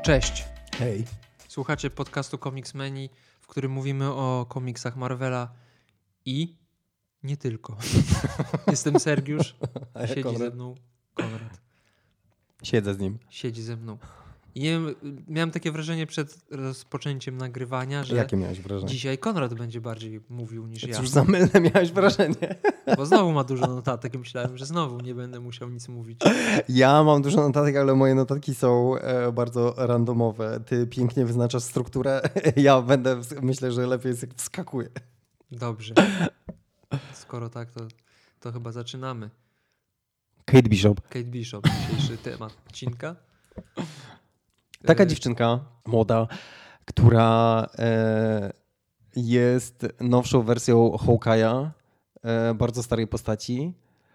Cześć. Hej. Słuchacie podcastu Comicsmeni, w którym mówimy o komiksach Marvela i nie tylko. Jestem Sergiusz, siedzi ze mną Konrad. Siedzę z nim. Siedzi ze mną. I miałem takie wrażenie przed rozpoczęciem nagrywania, że Jakie miałeś wrażenie? dzisiaj Konrad będzie bardziej mówił niż ja. Cóż za mylne miałeś wrażenie. Bo znowu ma dużo notatek i myślałem, że znowu nie będę musiał nic mówić. Ja mam dużo notatek, ale moje notatki są bardzo randomowe. Ty pięknie wyznaczasz strukturę. Ja myślę, że lepiej jest jak wskakuję. Dobrze. Skoro tak, to chyba zaczynamy. Kate Bishop. Kate Bishop, dzisiejszy temat odcinka. Taka dziewczynka młoda, która jest nowszą wersją Hawkeye'a, bardzo starej postaci.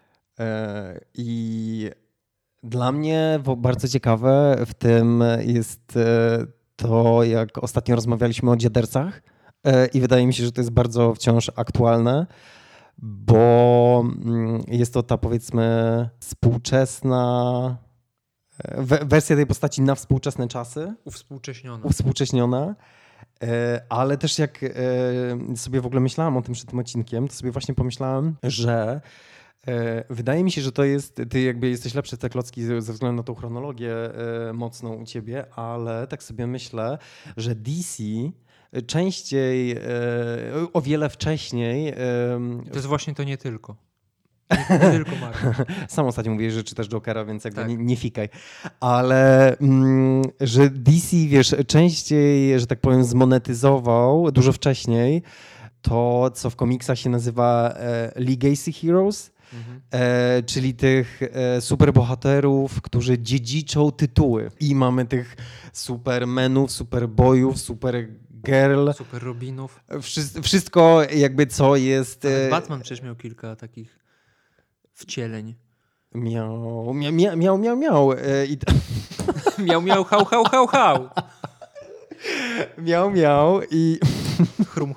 I dla mnie bardzo ciekawe w tym jest to, jak ostatnio rozmawialiśmy o dziadercach. I wydaje mi się, że to jest bardzo wciąż aktualne, bo jest to ta, powiedzmy, współczesna wersja tej postaci na współczesne czasy. Uwspółcześniona. Ale też jak sobie w ogóle myślałem o tym przed tym odcinkiem, to sobie właśnie pomyślałem, że wydaje mi się, że to jest, ty jakby jesteś lepszy w te klocki ze względu na tą chronologię mocną u ciebie, ale tak sobie myślę, że DC częściej, o wiele wcześniej... To jest właśnie to nie tylko. Nie tylko Marvel. Sam ostatnio mówiłeś, że czytasz Jokera, więc jakby tak. nie fikaj. Ale że DC, wiesz, częściej, że tak powiem, zmonetyzował dużo wcześniej to, co w komiksach się nazywa Legacy Heroes, czyli tych superbohaterów, którzy dziedziczą tytuły. I mamy tych supermenów, superboyów, supergirl. Super Robinów. Wszystko jakby co jest... Nawet Batman przecież miał kilka takich wcieleń. Miał. Miał, hał. Miał i... Chrum.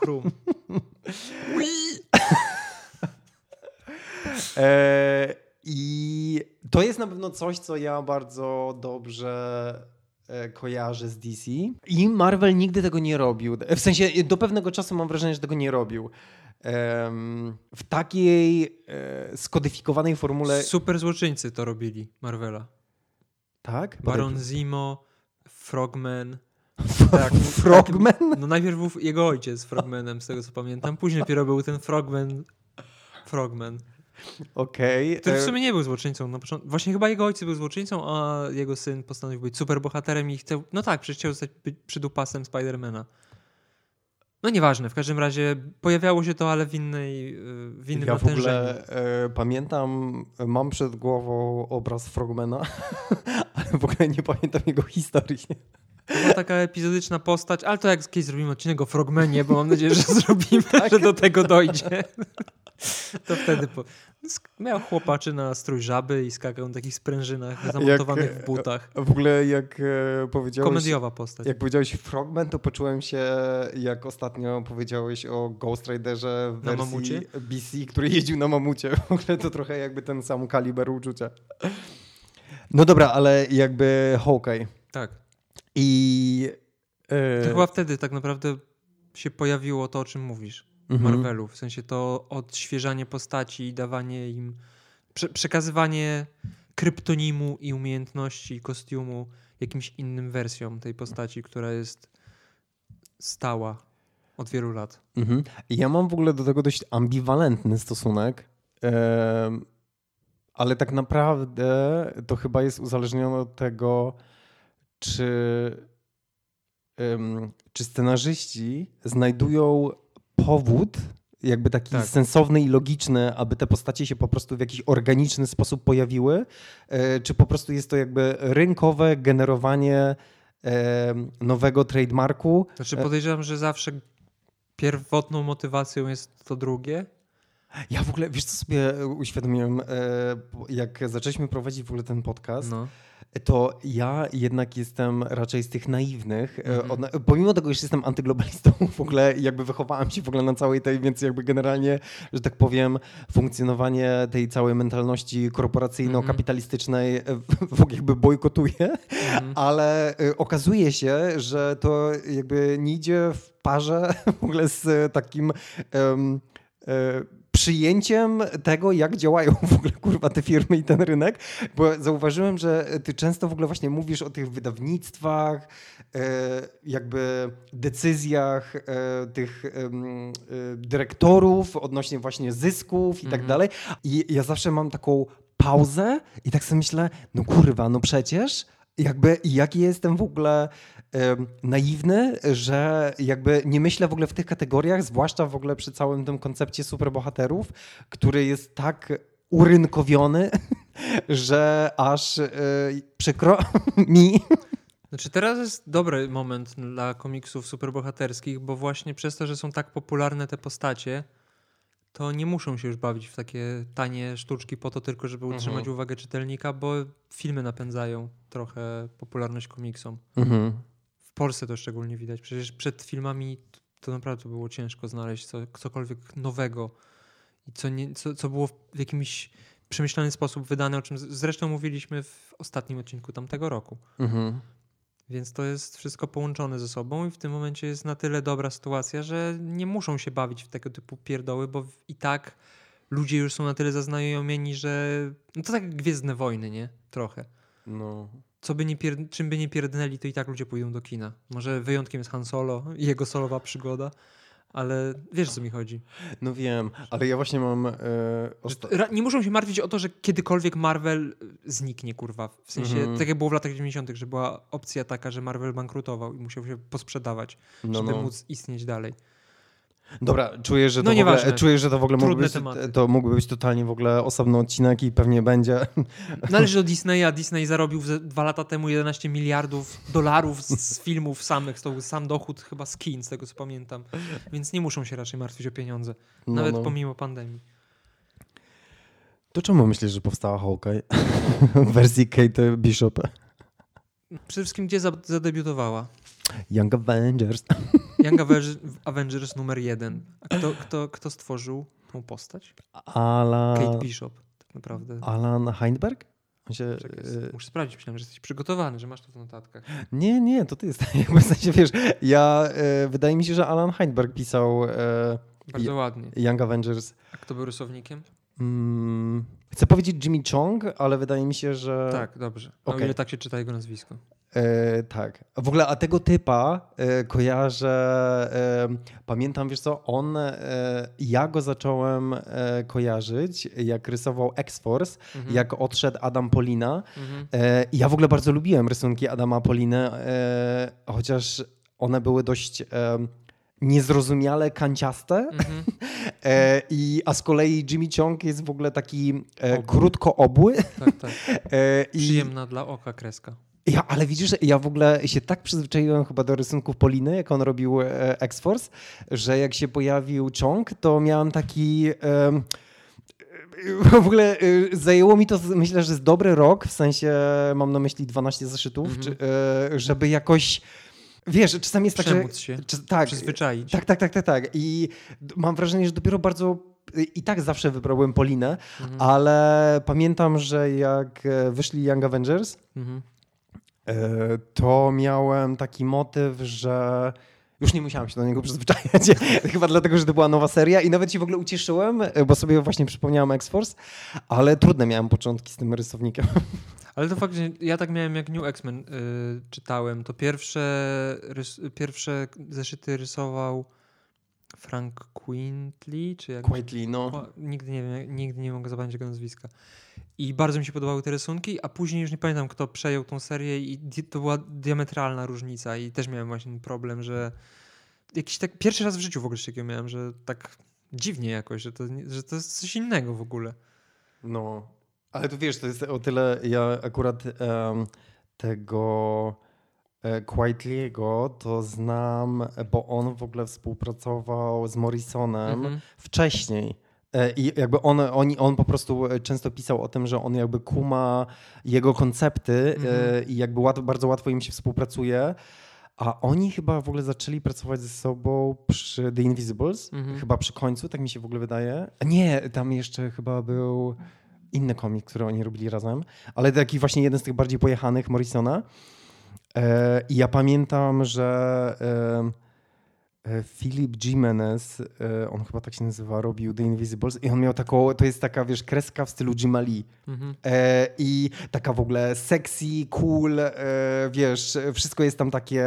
I to jest na pewno coś, co ja bardzo dobrze kojarzę z DC. I Marvel nigdy tego nie robił. W sensie do pewnego czasu mam wrażenie, że tego nie robił. W takiej skodyfikowanej formule... Super złoczyńcy to robili, Marvela. Tak? Baron Zemo, Frogman. Tak, Frogman? No najpierw był jego ojciec Frogmanem, z tego co pamiętam. Później dopiero był ten Frogman. Okej. Który w sumie nie był złoczyńcą. Na początku. Właśnie chyba jego ojciec był złoczyńcą, a jego syn postanowił być superbohaterem i chciał... No tak, przecież chciał zostać przydupasem Spidermana. No nieważne, w każdym razie pojawiało się to, ale w innym ja natężeniu. W ogóle pamiętam, mam przed głową obraz Frogmana, ale w ogóle nie pamiętam jego historii. To była taka epizodyczna postać, ale to jak kiedyś zrobimy odcinek o Frogmanie, bo mam nadzieję, że zrobimy, tak? Że do tego dojdzie. To wtedy miał chłopaczy na strój żaby i skakał na takich sprężynach zamontowanych w butach. W ogóle jak powiedziałeś... Komediowa postać. Jak powiedziałeś Frogman, to poczułem się, jak ostatnio powiedziałeś o Ghost Riderze w wersji mamucie? BC, który jeździł na mamucie. W ogóle to trochę jakby ten sam kaliber uczucia. No dobra, ale jakby Hawkeye. Tak. I... To chyba wtedy tak naprawdę się pojawiło to, o czym mówisz w Marvelu. W sensie to odświeżanie postaci i dawanie im... Przekazywanie kryptonimu i umiejętności i kostiumu jakimś innym wersjom tej postaci, która jest stała od wielu lat. Ja mam w ogóle do tego dość ambiwalentny stosunek, ale tak naprawdę to chyba jest uzależnione od tego, czy scenarzyści znajdują powód, jakby taki sensowny i logiczny, aby te postacie się po prostu w jakiś organiczny sposób pojawiły, czy po prostu jest to jakby rynkowe generowanie nowego trademarku. Znaczy podejrzewam, że zawsze pierwotną motywacją jest to drugie. Ja w ogóle, wiesz co sobie uświadomiłem, jak zaczęliśmy prowadzić w ogóle ten podcast, To ja jednak jestem raczej z tych naiwnych. Pomimo tego, że jestem antyglobalistą, w ogóle jakby wychowałem się w ogóle na całej tej, więc jakby generalnie, że tak powiem, funkcjonowanie tej całej mentalności korporacyjno-kapitalistycznej w ogóle jakby bojkotuję, ale okazuje się, że to jakby nie idzie w parze w ogóle z takim przyjęciem tego, jak działają w ogóle kurwa te firmy i ten rynek, bo zauważyłem, że ty często w ogóle właśnie mówisz o tych wydawnictwach, jakby decyzjach tych dyrektorów odnośnie właśnie zysków i tak dalej. I ja zawsze mam taką pauzę i tak sobie myślę, no kurwa, no przecież jakby jaki jestem w ogóle naiwny, że jakby nie myślę w ogóle w tych kategoriach, zwłaszcza w ogóle przy całym tym koncepcie superbohaterów, który jest tak urynkowiony, że aż przykro mi. Znaczy teraz jest dobry moment dla komiksów superbohaterskich, bo właśnie przez to, że są tak popularne te postacie, to nie muszą się już bawić w takie tanie sztuczki po to tylko, żeby utrzymać uwagę czytelnika, bo filmy napędzają trochę popularność komiksom. W Polsce to szczególnie widać. Przecież przed filmami to naprawdę było ciężko znaleźć cokolwiek nowego i co było w jakimś przemyślany sposób wydane, o czym zresztą mówiliśmy w ostatnim odcinku tamtego roku. Więc to jest wszystko połączone ze sobą i w tym momencie jest na tyle dobra sytuacja, że nie muszą się bawić w tego typu pierdoły, bo i tak ludzie już są na tyle zaznajomieni, że no to tak jak Gwiezdne Wojny, nie? Trochę. No. Czym by nie pierdnęli, to i tak ludzie pójdą do kina. Może wyjątkiem jest Han Solo i jego solowa przygoda, ale wiesz, co mi chodzi. No wiem, ale ja właśnie mam... Nie muszą się martwić o to, że kiedykolwiek Marvel zniknie, kurwa. W sensie, tak jak było w latach 90., że była opcja taka, że Marvel bankrutował i musiał się posprzedawać, żeby móc istnieć dalej. Dobra, czuję, że to w ogóle mógłby być totalnie w ogóle osobny odcinek i pewnie będzie. Należy do Disneya. Disney zarobił 2 lata temu 11 miliardów dolarów z filmów samych. To był sam dochód chyba z kin, z tego co pamiętam. Więc nie muszą się raczej martwić o pieniądze. Nawet pomimo pandemii. To czemu myślisz, że powstała Hawkeye w wersji Kate Bishop? Przede wszystkim gdzie zadebiutowała? Young Avengers. Young Avengers numer 1. A kto stworzył tą postać? Kate Bishop, tak naprawdę. Alan Heinberg? Muszę sprawdzić, myślałem, że jesteś przygotowany, że masz to w notatkach. Nie, to ty jest. W sensie, wiesz, wydaje mi się, że Alan Heinberg pisał bardzo ładnie. Young Avengers. A kto był rysownikiem? Chcę powiedzieć Jimmy Chong, ale wydaje mi się, że... Tak, dobrze. O ile tak się czyta jego nazwisko. Tak. W ogóle, a tego typa kojarzę, pamiętam, wiesz co, ja go zacząłem kojarzyć, jak rysował X-Force, jak odszedł Adam Polina. Ja w ogóle bardzo lubiłem rysunki Adama Poliny, chociaż one były dość... niezrozumiale kanciaste, a z kolei Jimmy Chong jest w ogóle taki krótko obły. Tak. Przyjemna dla oka kreska. Ale widzisz, ja w ogóle się tak przyzwyczaiłem chyba do rysunków Poliny, jak on robił X-Force, że jak się pojawił Chong, to miałem taki... W ogóle zajęło mi to, myślę, że jest dobry rok, w sensie mam na myśli 12 zeszytów, żeby jakoś... Wiesz, czasami jest tak, że... się, tak, przyzwyczaić. Tak. I mam wrażenie, że dopiero bardzo... I tak zawsze wybrałem Polinę, ale pamiętam, że jak wyszli Young Avengers, to miałem taki motyw, że już nie musiałem się do niego przyzwyczajać. Chyba dlatego, że to była nowa seria i nawet się w ogóle ucieszyłem, bo sobie właśnie przypomniałem X-Force, ale trudne miałem początki z tym rysownikiem. Ale to fakt, że ja tak miałem jak New X-Men czytałem, to pierwsze zeszyty rysował Frank Quitely, czy jak? Quitely, no. Nigdy nie mogę zapamiętać jego nazwiska. I bardzo mi się podobały te rysunki, a później już nie pamiętam, kto przejął tą serię i to była diametralna różnica i też miałem właśnie ten problem, że jakiś tak pierwszy raz w życiu w ogóle takiego miałem, że tak dziwnie jakoś, że to jest coś innego w ogóle. No, ale tu wiesz, to jest o tyle, ja akurat tego Quitely'ego to znam, bo on w ogóle współpracował z Morrisonem wcześniej. I jakby on po prostu często pisał o tym, że on jakby kuma jego koncepty i jakby bardzo łatwo im się współpracuje. A oni chyba w ogóle zaczęli pracować ze sobą przy The Invisibles, chyba przy końcu, tak mi się w ogóle wydaje. Nie, tam jeszcze chyba był inny komik, który oni robili razem, ale taki właśnie jeden z tych bardziej pojechanych Morrisona. I ja pamiętam, że Philip Jimenez, on chyba tak się nazywa, robił The Invisibles i on miał taką, to jest taka, wiesz, kreska w stylu Jima Lee. I taka w ogóle sexy, cool, wiesz, wszystko jest tam takie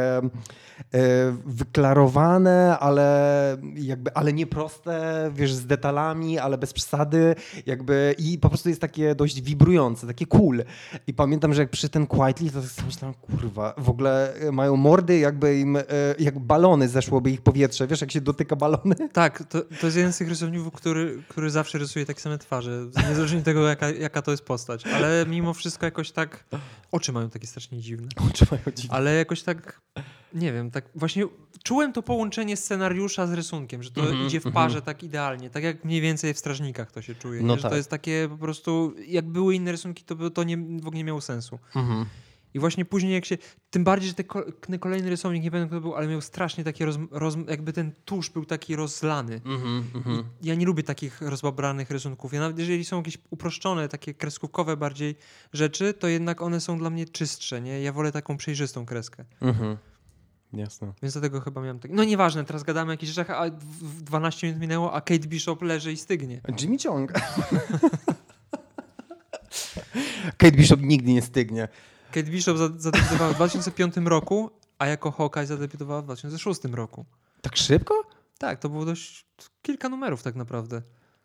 wyklarowane, ale nie proste, wiesz, z detalami, ale bez przesady, jakby i po prostu jest takie dość wibrujące, takie cool. I pamiętam, że jak przy ten Quietly, to sobie myślałem, kurwa, w ogóle mają mordy, jakby im, jak balony zeszłoby ich powietrze, wiesz, jak się dotyka balony? Tak, to jest jeden z tych rysowników, który zawsze rysuje takie same twarze, niezależnie od tego, jaka to jest postać, ale mimo wszystko jakoś tak, oczy mają takie strasznie dziwne. Oczy mają dziwne. Ale jakoś tak, nie wiem, tak właśnie czułem to połączenie scenariusza z rysunkiem, że to idzie w parze tak idealnie, tak jak mniej więcej w Strażnikach to się czuje, no że tak. to jest takie po prostu, jak były inne rysunki, to by to w ogóle nie miało sensu. I właśnie później jak się, tym bardziej, że ten kolejny rysownik, nie pamiętam kto był, ale miał strasznie takie, jakby ten tusz był taki rozlany. Ja nie lubię takich rozbabranych rysunków. Ja nawet jeżeli są jakieś uproszczone, takie kreskówkowe bardziej rzeczy, to jednak one są dla mnie czystsze, nie? Ja wolę taką przejrzystą kreskę. Jasne. Więc dlatego chyba miałem tak. No nieważne, teraz gadamy o jakichś rzeczach, a 12 minut minęło, a Kate Bishop leży i stygnie. Jimmy Chong. Kate Bishop nigdy nie stygnie. Kate Bishop zadebiutowała w 2005 roku, a jako Hawkeye zadebiutowała w 2006 roku. Tak szybko? Tak, to było dość kilka numerów tak naprawdę.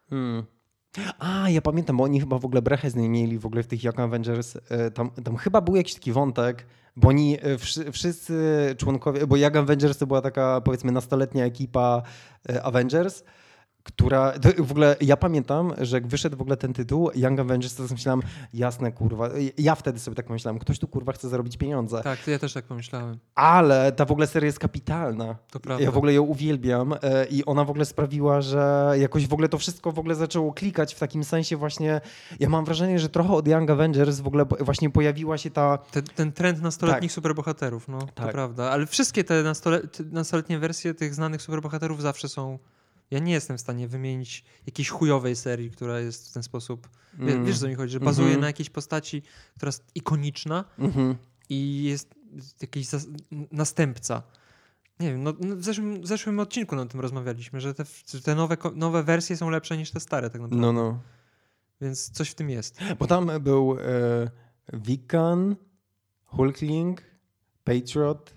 A, ja pamiętam, bo oni chyba w ogóle brechę z niej mieli w ogóle w tych Young Avengers. Tam chyba był jakiś taki wątek, bo oni wszyscy członkowie, bo Young Avengers to była taka, powiedzmy, nastoletnia ekipa Avengers, która, w ogóle ja pamiętam, że jak wyszedł w ogóle ten tytuł Young Avengers, to myślałem, jasne kurwa, ja wtedy sobie tak pomyślałem, ktoś tu kurwa chce zarobić pieniądze. Tak, to ja też tak pomyślałem. Ale ta w ogóle seria jest kapitalna. To prawda. Ja w ogóle ją uwielbiam i ona w ogóle sprawiła, że jakoś w ogóle to wszystko w ogóle zaczęło klikać w takim sensie właśnie, ja mam wrażenie, że trochę od Young Avengers w ogóle właśnie pojawiła się ta... Ten trend nastoletnich superbohaterów, no to prawda. Ale wszystkie te nastoletnie wersje tych znanych superbohaterów zawsze są... Ja nie jestem w stanie wymienić jakiejś chujowej serii, która jest w ten sposób... Wiesz, co mi chodzi? Że bazuje na jakiejś postaci, która jest ikoniczna i jest jakiś następca. Nie wiem, no, w zeszłym odcinku o tym rozmawialiśmy, że te nowe wersje są lepsze niż te stare tak naprawdę. No. Więc coś w tym jest. Bo tam był Wiccan, Hulkling, Patriot,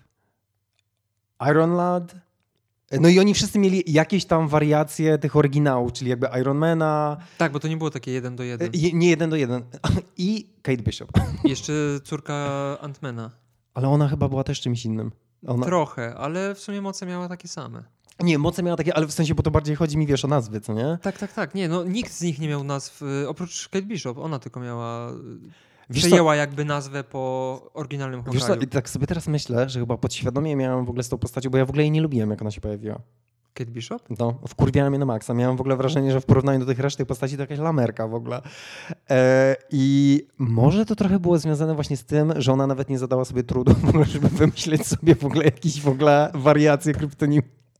Iron Lad. No i oni wszyscy mieli jakieś tam wariacje tych oryginałów, czyli jakby Ironmana. Tak, bo to nie było takie 1:1. Nie 1:1. I Kate Bishop. I jeszcze córka Ant-Mana. Ale ona chyba była też czymś innym. Trochę, ale w sumie moce miała takie same. Nie, moce miała takie, ale w sensie, bo to bardziej chodzi mi, wiesz, o nazwy, co nie? Tak. Nie, no nikt z nich nie miał nazw, oprócz Kate Bishop. Ona tylko miała... Przejęła jakby nazwę po oryginalnym Hawkeye'u. Wiesz co, i tak sobie teraz myślę, że chyba podświadomie miałem w ogóle z tą postacią, bo ja w ogóle jej nie lubiłem, jak ona się pojawiła. Kate Bishop? No, wkurwiała mnie na maksa. Miałem w ogóle wrażenie, że w porównaniu do tych reszty postaci to jakaś lamerka w ogóle. I może to trochę było związane właśnie z tym, że ona nawet nie zadała sobie trudu w ogóle, żeby wymyśleć sobie w ogóle jakieś w ogóle wariacje kryptonimu.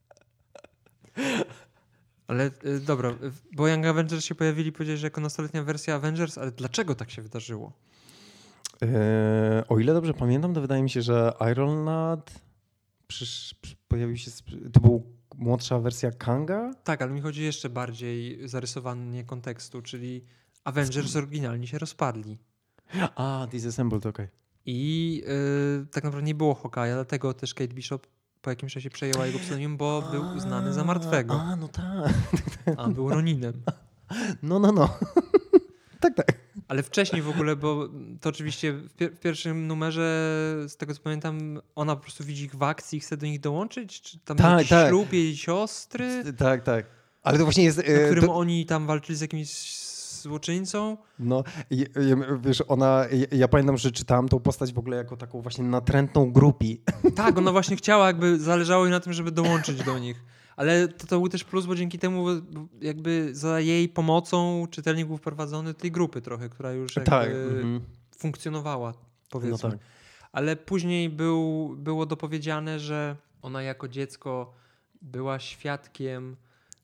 Ale dobra, bo Young Avengers się pojawili, powiedzieli, że jako nastoletnia wersja Avengers, ale dlaczego tak się wydarzyło? O ile dobrze pamiętam, to wydaje mi się, że Iron Lad pojawił się, to był młodsza wersja Kanga? Tak, ale mi chodzi jeszcze bardziej zarysowanie kontekstu, czyli Avengers oryginalnie się rozpadli. A, Disassembled, okej. I tak naprawdę nie było Hawkeye'a, dlatego też Kate Bishop po jakimś czasie przejęła jego pseudonim, bo był uznany za martwego. A, no tak. A był Roninem. No. Tak. Ale wcześniej w ogóle, bo to oczywiście w pierwszym numerze, z tego co pamiętam, ona po prostu widzi ich w akcji i chce do nich dołączyć? Czy tam jakiś ślub jej siostry? Tak. Ale to właśnie jest... Na którym oni tam walczyli z jakimś złoczyńcą? No, wiesz, ja pamiętam, że czytałam tą postać w ogóle jako taką właśnie natrętną grupi. Tak, ona właśnie chciała, jakby zależało jej na tym, żeby dołączyć do nich. Ale to był też plus, bo dzięki temu jakby za jej pomocą czytelnik był wprowadzony do tej grupy trochę, która już jakby funkcjonowała, powiedzmy. No tak. Ale później było dopowiedziane, że ona jako dziecko była świadkiem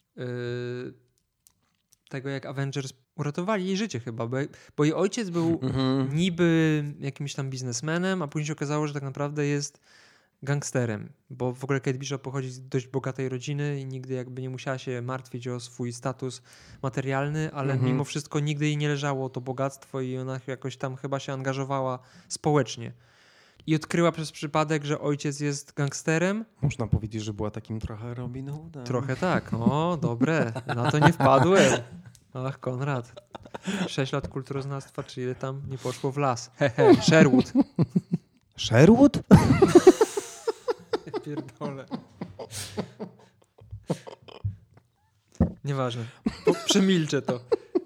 tego, jak Avengers uratowali jej życie chyba, bo jej ojciec był niby jakimś tam biznesmenem, a później się okazało, że tak naprawdę jest gangsterem, bo w ogóle Kate Bishop pochodzi z dość bogatej rodziny i nigdy jakby nie musiała się martwić o swój status materialny, ale mimo wszystko nigdy jej nie leżało to bogactwo i ona jakoś tam chyba się angażowała społecznie. I odkryła przez przypadek, że ojciec jest gangsterem. Można powiedzieć, że była takim trochę Robin Hoodem. Trochę tak. O, dobre. Na to nie wpadłem. Ach, Konrad. 6 lat kulturoznawstwa, czy ile tam nie poszło w las. Hehe, Sherwood. Sherwood? Pierdolę. Nieważne. Przemilczę to.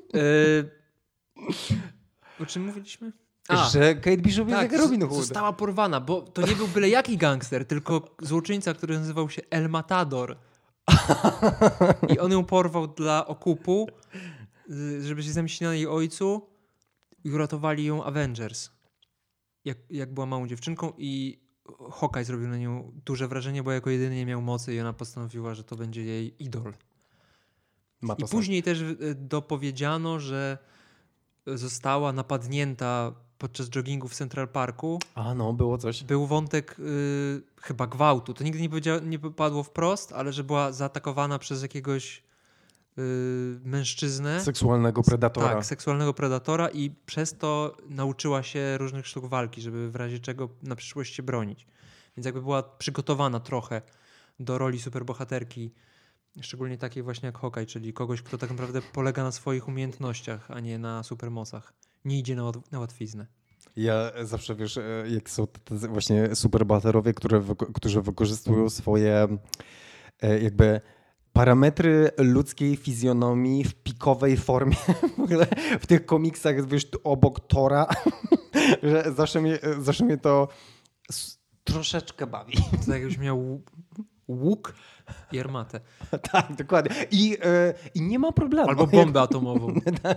O czym mówiliśmy? Że Kate Bishop jest jak Robin Hood. Została porwana, bo to nie był byle jaki gangster, tylko złoczyńca, który nazywał się El Matador. I on ją porwał dla okupu, żeby się zemścić na jej ojcu i uratowali ją Avengers. Jak była małą dziewczynką i Hawkeye zrobił na nią duże wrażenie, bo jako jedyny nie miał mocy i ona postanowiła, że to będzie jej idol. I później też dopowiedziano, że została napadnięta podczas joggingu w Central Parku. A no, było coś. Był wątek chyba gwałtu. To nigdy nie padło wprost, ale że była zaatakowana przez jakiegoś mężczyznę. Seksualnego predatora. Tak, seksualnego predatora i przez to nauczyła się różnych sztuk walki, żeby w razie czego na przyszłość się bronić. Więc jakby była przygotowana trochę do roli superbohaterki, szczególnie takiej właśnie jak Hawkeye, czyli kogoś, kto tak naprawdę polega na swoich umiejętnościach, a nie na supermocach. Nie idzie na łatwiznę. Ja zawsze, wiesz, jak są te właśnie superbohaterowie, którzy wykorzystują swoje jakby parametry ludzkiej fizjonomii w pikowej formie w ogóle w tych komiksach, wiesz, obok Tora, że zawsze mnie to troszeczkę bawi. To tak jakbyś miał łuk i armatę. Tak, dokładnie. I nie ma problemu. Albo bombę atomową.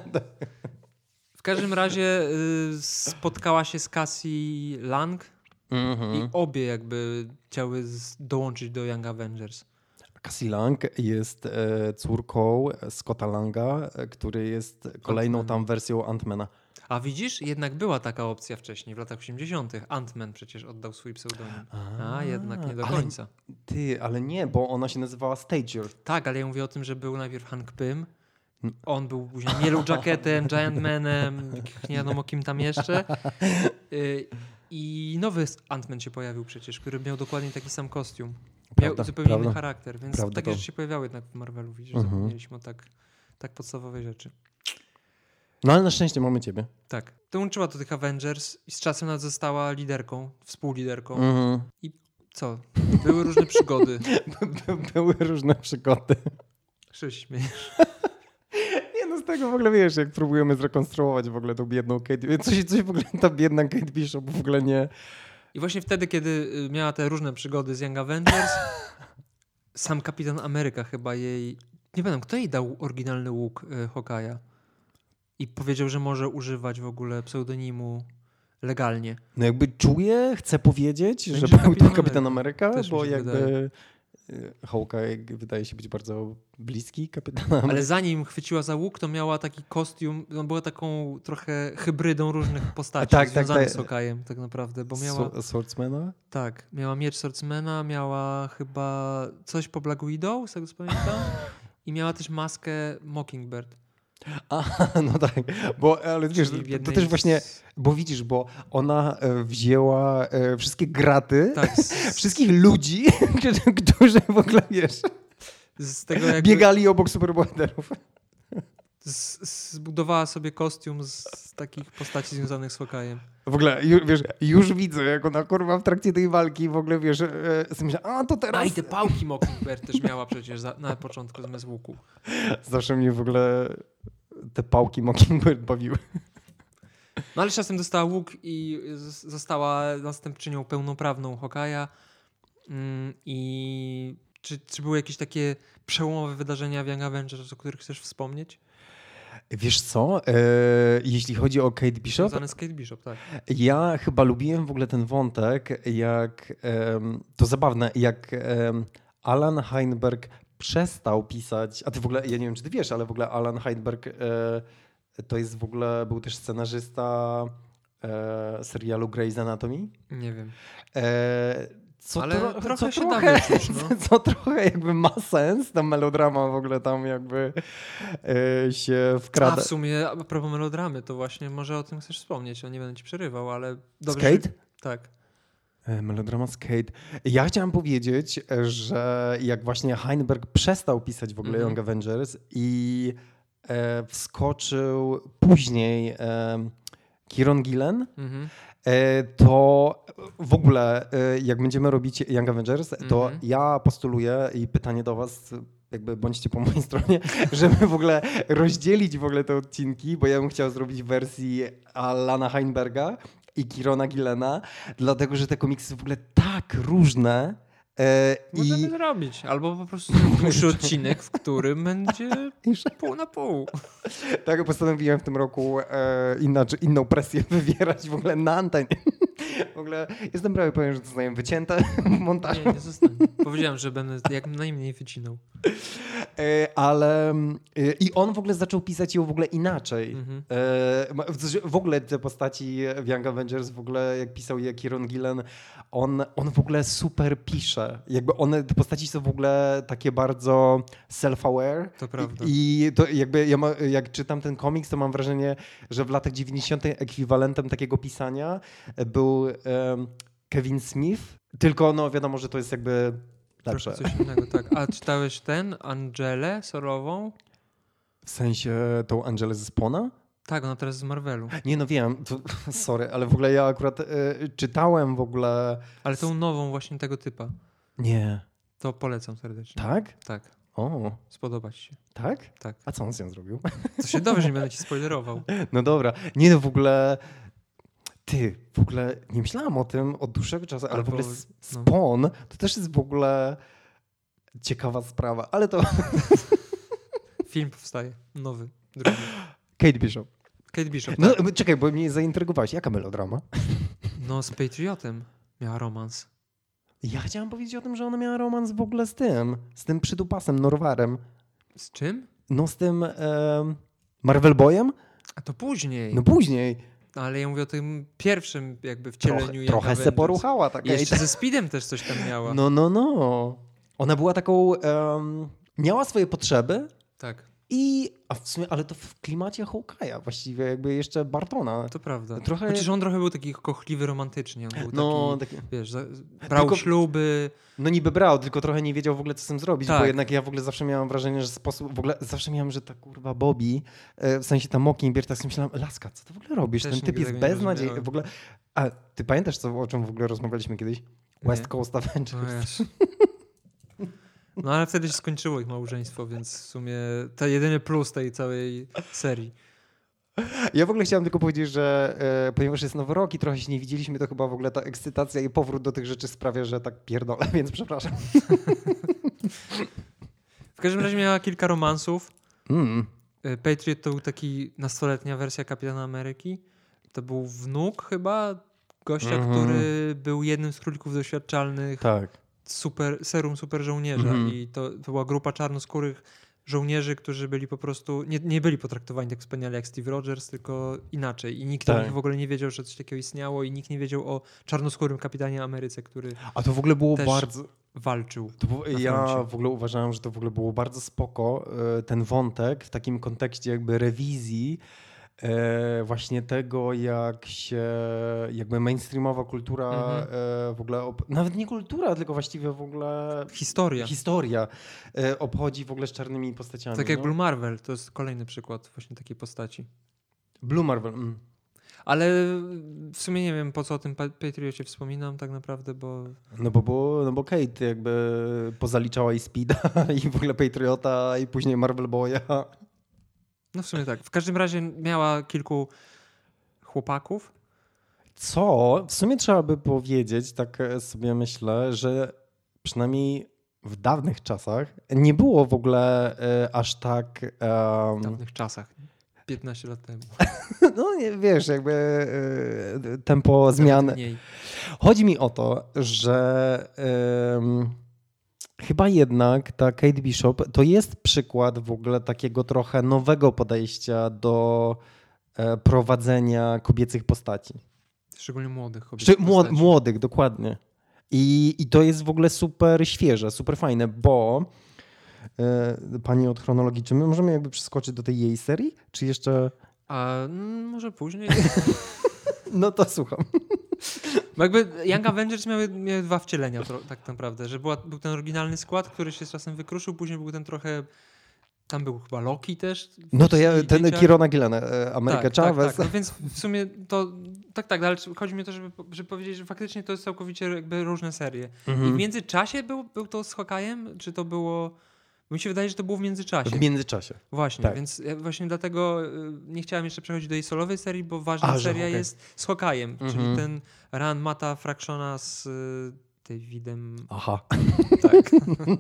W każdym razie spotkała się z Cassie Lang i obie jakby chciały dołączyć do Young Avengers. Cassie Lang jest córką Scotta Langa, który jest kolejną tam wersją Ant-Mana. A widzisz, jednak była taka opcja wcześniej, w latach 80. Ant-Man przecież oddał swój pseudonim. A jednak nie do końca. Ale nie, bo ona się nazywała Stager. Tak, ale ja mówię o tym, że był najpierw Hank Pym. On był później Yellow Jacketem, Giant Manem, nie wiadomo kim tam jeszcze. I nowy Ant-Man się pojawił przecież, który miał dokładnie taki sam kostium. Miał zupełnie inny charakter, więc takie rzeczy się pojawiały jednak w Marvelu. Widzisz, zapomnieliśmy o tak podstawowej rzeczy. No ale na szczęście mamy ciebie. Tak. Dołączyła do tych Avengers i z czasem nawet została liderką, współliderką. I co? Były różne przygody. Były różne przygody. Krzyś, śmiejesz. Nie no, z tego w ogóle wiesz, jak próbujemy zrekonstruować w ogóle tą biedną Kate. Coś w ogóle ta biedna Kate Bishop w ogóle nie... I właśnie wtedy, kiedy miała te różne przygody z Young Avengers, sam Kapitan Ameryka chyba jej... Nie pamiętam, kto jej dał oryginalny łuk Hawkeye'a? I powiedział, że może używać w ogóle pseudonimu legalnie. No jakby chcę powiedzieć, że był to Kapitan Ameryka, bo jakby Hawkeye wydaje się być bardzo bliski Kapitana Ameryka. Ale zanim chwyciła za łuk, to miała taki kostium, była taką trochę hybrydą różnych postaci związanych z Hawkeye'em tak naprawdę. Bo miała Swordsmana? Tak, miała miecz Swordsmana, miała chyba coś po Black Widow, z tego co pamiętam, i miała też maskę Mockingbird. No tak, ale wiesz, to też właśnie, bo widzisz, bo ona wzięła wszystkie graty, wszystkich ludzi, którzy w ogóle, wiesz, biegali obok superbohaterów. Zbudowała sobie kostium z takich postaci związanych z Hawkeye'em. W ogóle, wiesz, już widzę, jak ona kurwa w trakcie tej walki w ogóle, wiesz, myślę, to teraz... I te pałki Mockingbird też miała przecież na początku zamiast łuku. Zawsze mnie w ogóle te pałki Mockingbird bawiły. No ale czasem dostała łuk i została następczynią pełnoprawną Hawkeye'a. I Czy były jakieś takie przełomowe wydarzenia w Young Avengers, o których chcesz wspomnieć? Wiesz co, jeśli chodzi o Kate Bishop, Związane z Kate Bishop, tak. ja chyba lubiłem w ogóle ten wątek, to zabawne, jak Alan Heinberg przestał pisać, a ty w ogóle, ja nie wiem, czy ty wiesz, ale w ogóle Alan Heinberg to jest w ogóle, był też scenarzysta serialu Grey's Anatomy. Nie wiem. Co trochę jakby ma sens, ta melodrama w ogóle tam jakby się wkrada. A w sumie, a propos melodramy, to właśnie może o tym chcesz wspomnieć, nie będę ci przerywał, ale dobrze. Skate? Tak. Melodrama Skate. Ja chciałem powiedzieć, że jak właśnie Heinberg przestał pisać w ogóle Young Avengers i wskoczył później Kieron Gillen, to w ogóle jak będziemy robić Young Avengers, to ja postuluję i pytanie do was, jakby bądźcie po mojej stronie, żeby w ogóle rozdzielić w ogóle te odcinki, bo ja bym chciał zrobić w wersji Alana Heinberga i Kierona Gillena, dlatego że te komiksy w ogóle tak różne. Możemy zrobić. Albo po prostu dłuższy odcinek, w którym będzie pół na pół. Tak, postanowiłem w tym roku inną presję wywierać w ogóle na antenie. W ogóle jestem prawie pewien, że zostałem wycięte w montażu. Nie zostanie. Powiedziałem, że będę jak najmniej wycinał. Ale i on w ogóle zaczął pisać ją w ogóle inaczej. W ogóle te postaci w Young Avengers, w ogóle jak pisał je Kieron Gillen, on w ogóle super pisze. Jakby te postaci są w ogóle takie bardzo self-aware. To prawda. I to jakby jak czytam ten komiks, to mam wrażenie, że w latach 90. ekwiwalentem takiego pisania był Kevin Smith. Tylko no wiadomo, że to jest jakby lepsze. Coś innego, tak. A czytałeś Angelę Sorową? W sensie tą Angelę ze Spona? Tak, ona teraz z Marvelu. Nie, no wiem, to, sorry, ale w ogóle ja akurat czytałem w ogóle... Ale tą nową właśnie tego typa. Nie. To polecam serdecznie. Tak? Tak. O. Spodoba ci się. Tak? Tak. A co on z nią zrobił? To się dowiesz, nie będę ci spoilerował. No dobra. Nie, no w ogóle... w ogóle nie myślałam o tym od dłuższego czasu, ale w ogóle Spawn to też jest w ogóle ciekawa sprawa, ale to... Film powstaje. Nowy. Drugi. Kate Bishop. Kate Bishop, No tak. czekaj, bo mnie zaintrygowałeś. Jaka melodrama? No z Patriotem miała romans. Ja chciałam powiedzieć o tym, że ona miała romans w ogóle z tym przydupasem, Norwarem. Z czym? No z tym Marvel Boyem? A to później. No później. Ale ja mówię o tym pierwszym jakby wcieleniu. Trochę se poruchała. Tak, jeszcze ze Speedem też coś tam miała. No. Ona była taką... miała swoje potrzeby. Tak. A w sumie, ale to w klimacie Hawkeye'a, właściwie jakby jeszcze Bartona. To prawda. Trochę... Chociaż on trochę był taki kochliwy romantycznie. On był taki, wiesz, brał tylko, śluby. No niby brał, tylko trochę nie wiedział w ogóle, co z tym zrobić, tak. Bo jednak ja w ogóle zawsze miałem wrażenie, że w ogóle zawsze miałem, że ta kurwa Bobby, w sensie ta Mockingbird, tak sobie myślałem, laska, co ty w ogóle robisz? Też ten typ jest beznadziejny. W ogóle. A ty pamiętasz, o czym w ogóle rozmawialiśmy kiedyś? West Coast Avengers. No ale wtedy się skończyło ich małżeństwo, więc w sumie to jedyny plus tej całej serii. Ja w ogóle chciałem tylko powiedzieć, że ponieważ jest nowy rok i trochę się nie widzieliśmy, to chyba w ogóle ta ekscytacja i powrót do tych rzeczy sprawia, że tak pierdolę, więc przepraszam. W każdym razie miała kilka romansów. Patriot to był taki nastoletnia wersja Kapitana Ameryki. To był wnuk chyba gościa, który był jednym z królików doświadczalnych. Tak. Serum super żołnierza i to była grupa czarnoskórych żołnierzy, którzy byli po prostu, nie byli potraktowani tak wspaniale jak Steve Rogers, tylko inaczej. I nikt o nich w ogóle nie wiedział, że coś takiego istniało i nikt nie wiedział o czarnoskórym kapitanie Ameryce, który A to w ogóle było też bardzo... walczył. Ja w ogóle uważałem, że to w ogóle było bardzo spoko, ten wątek w takim kontekście jakby rewizji właśnie tego, jak się jakby mainstreamowa kultura w ogóle, nawet nie kultura, tylko właściwie w ogóle historia obchodzi w ogóle z czarnymi postaciami. Tak jak Blue Marvel, to jest kolejny przykład właśnie takiej postaci. Blue Marvel. Ale w sumie nie wiem, po co o tym Patriocie wspominam tak naprawdę, bo... No bo Kate jakby pozaliczała i Speeda i w ogóle Patriota i później Marvel Boya. No w sumie tak. W każdym razie miała kilku chłopaków. Co? W sumie trzeba by powiedzieć, tak sobie myślę, że przynajmniej w dawnych czasach nie było w ogóle aż tak... W dawnych czasach. 15 lat temu. No nie, wiesz, jakby tempo zmian. Chodzi mi o to, że chyba jednak ta Kate Bishop to jest przykład w ogóle takiego trochę nowego podejścia do prowadzenia kobiecych postaci. Szczególnie młodych kobiecych postaci. Młodych, dokładnie. I to jest w ogóle super świeże, super fajne, bo pani od chronologii, czy my możemy jakby przeskoczyć do tej jej serii? Czy jeszcze... A może później? No to słucham. Bo jakby Young Avengers miały 2 wcielenia tak naprawdę, że był ten oryginalny skład, który się z czasem wykruszył, później był ten trochę... Tam był chyba Loki też. No to ten Kirona Gillan, Ameryka Chavez. Tak. No więc w sumie to... Tak, ale chodzi mi o to, żeby powiedzieć, że faktycznie to jest całkowicie jakby różne serie. I w międzyczasie był to z Hawkeye'em, czy to było... Mi się wydaje, że to było w międzyczasie. W międzyczasie. Właśnie, tak. Więc ja właśnie dlatego nie chciałem jeszcze przechodzić do jej solowej serii, bo ważna seria jest z Hawkeye'em, czyli ten run Matta Fractiona z Davidem... Aha. Tak.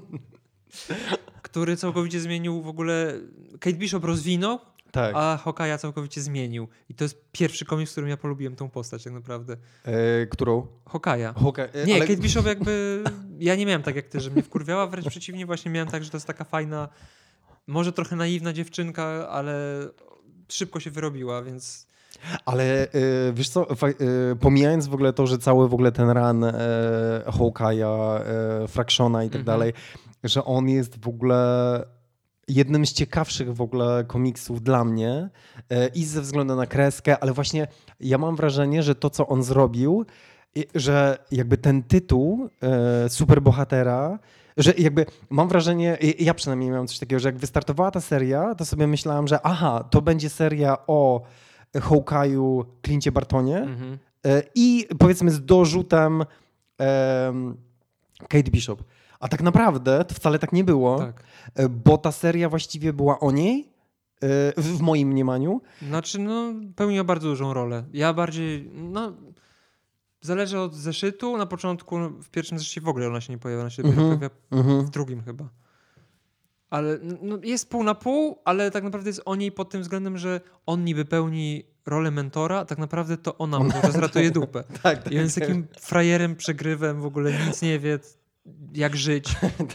Który całkowicie zmienił w ogóle... Kate Bishop rozwinął, tak. A Hawkeye'a całkowicie zmienił. I to jest pierwszy komiks, w którym ja polubiłem tą postać tak naprawdę. Którą? Hawkeye'a. Nie, ale... Kate Bishop jakby... Ja nie miałem tak jak ty, że mnie wkurwiała, wręcz przeciwnie, właśnie miałem tak, że to jest taka fajna, może trochę naiwna dziewczynka, ale szybko się wyrobiła, więc... Ale wiesz co, pomijając w ogóle to, że cały w ogóle ten run Hawkeye'a, Fractiona i tak dalej, że on jest w ogóle jednym z ciekawszych w ogóle komiksów dla mnie i ze względu na kreskę, ale właśnie ja mam wrażenie, że to, co on zrobił, że jakby ten tytuł superbohatera, że jakby mam wrażenie, ja przynajmniej miałem coś takiego, że jak wystartowała ta seria, to sobie myślałem, że to będzie seria o Hawkeye'u, Clincie Bartonie i powiedzmy z dorzutem Kate Bishop. A tak naprawdę to wcale tak nie było, bo ta seria właściwie była o niej, w moim mniemaniu. Znaczy, pełniła bardzo dużą rolę. Ja bardziej, zależy od zeszytu. Na początku, w pierwszym zeszycie w ogóle ona się nie pojawia, ona się pojawia w drugim chyba. Ale jest pół na pół, ale tak naprawdę jest o niej pod tym względem, że on niby pełni rolę mentora, tak naprawdę to ona mu czas ratuje dupę. I on jest takim frajerem, przegrywem, w ogóle nic nie wie, jak żyć.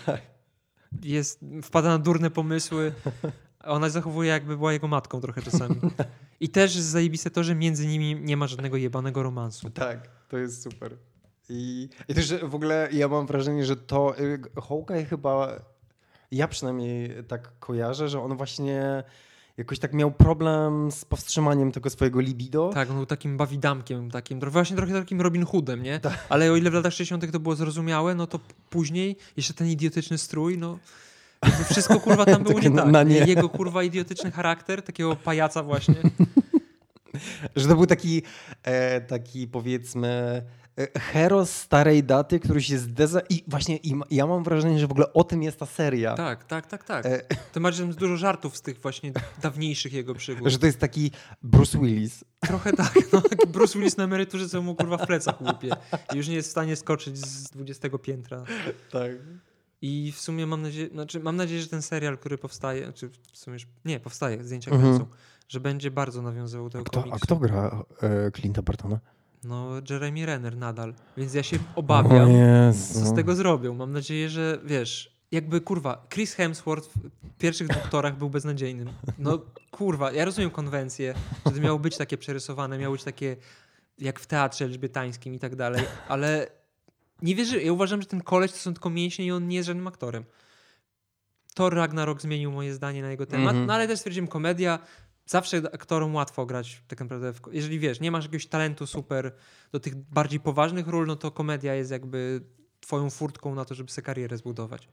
Wpada na durne pomysły. A ona zachowuje, jakby była jego matką trochę czasami. I też jest zajebiste to, że między nimi nie ma żadnego jebanego romansu. Tak, to jest super. I też w ogóle ja mam wrażenie, że to Hawkeye chyba, ja przynajmniej tak kojarzę, że on właśnie jakoś tak miał problem z powstrzymaniem tego swojego libido. Tak, on był takim bawidamkiem, właśnie trochę takim Robin Hoodem, nie? Tak. Ale o ile w latach 60. to było zrozumiałe, no to później jeszcze ten idiotyczny strój, jakby wszystko kurwa tam było nie tak. Jego kurwa idiotyczny charakter, takiego pajaca właśnie. Że to był taki powiedzmy hero z starej daty, który się I właśnie ja mam wrażenie, że w ogóle o tym jest ta seria. Tak. Tym bardziej jest dużo żartów z tych właśnie dawniejszych jego przygód. Że to jest taki Bruce Willis. Trochę tak. Taki Bruce Willis na emeryturze, co mu kurwa w plecach łupie. I już nie jest w stanie skoczyć z 20 piętra. Tak. I w sumie mam nadzieję, że ten serial, który powstaje, czy w sumie już powstaje, zdjęcia kręcą, że będzie bardzo nawiązywał tego komiksu. A kto gra Clint'a Bartona? Jeremy Renner nadal. Więc ja się obawiam, co z tego zrobią. Mam nadzieję, że jakby Chris Hemsworth w pierwszych 2 Torach był beznadziejnym. Ja rozumiem konwencję, że to miało być takie przerysowane, miało być takie jak w teatrze elżbietańskim i tak dalej, ale nie wierzę. Ja uważam, że ten koleś to są tylko mięśnie i on nie jest żadnym aktorem. Thor Ragnarok zmienił moje zdanie na jego temat, ale też stwierdziłem, komedia. Zawsze aktorom łatwo grać tak naprawdę. Jeżeli nie masz jakiegoś talentu super do tych bardziej poważnych ról, no to komedia jest jakby twoją furtką na to, żeby sobie karierę zbudować.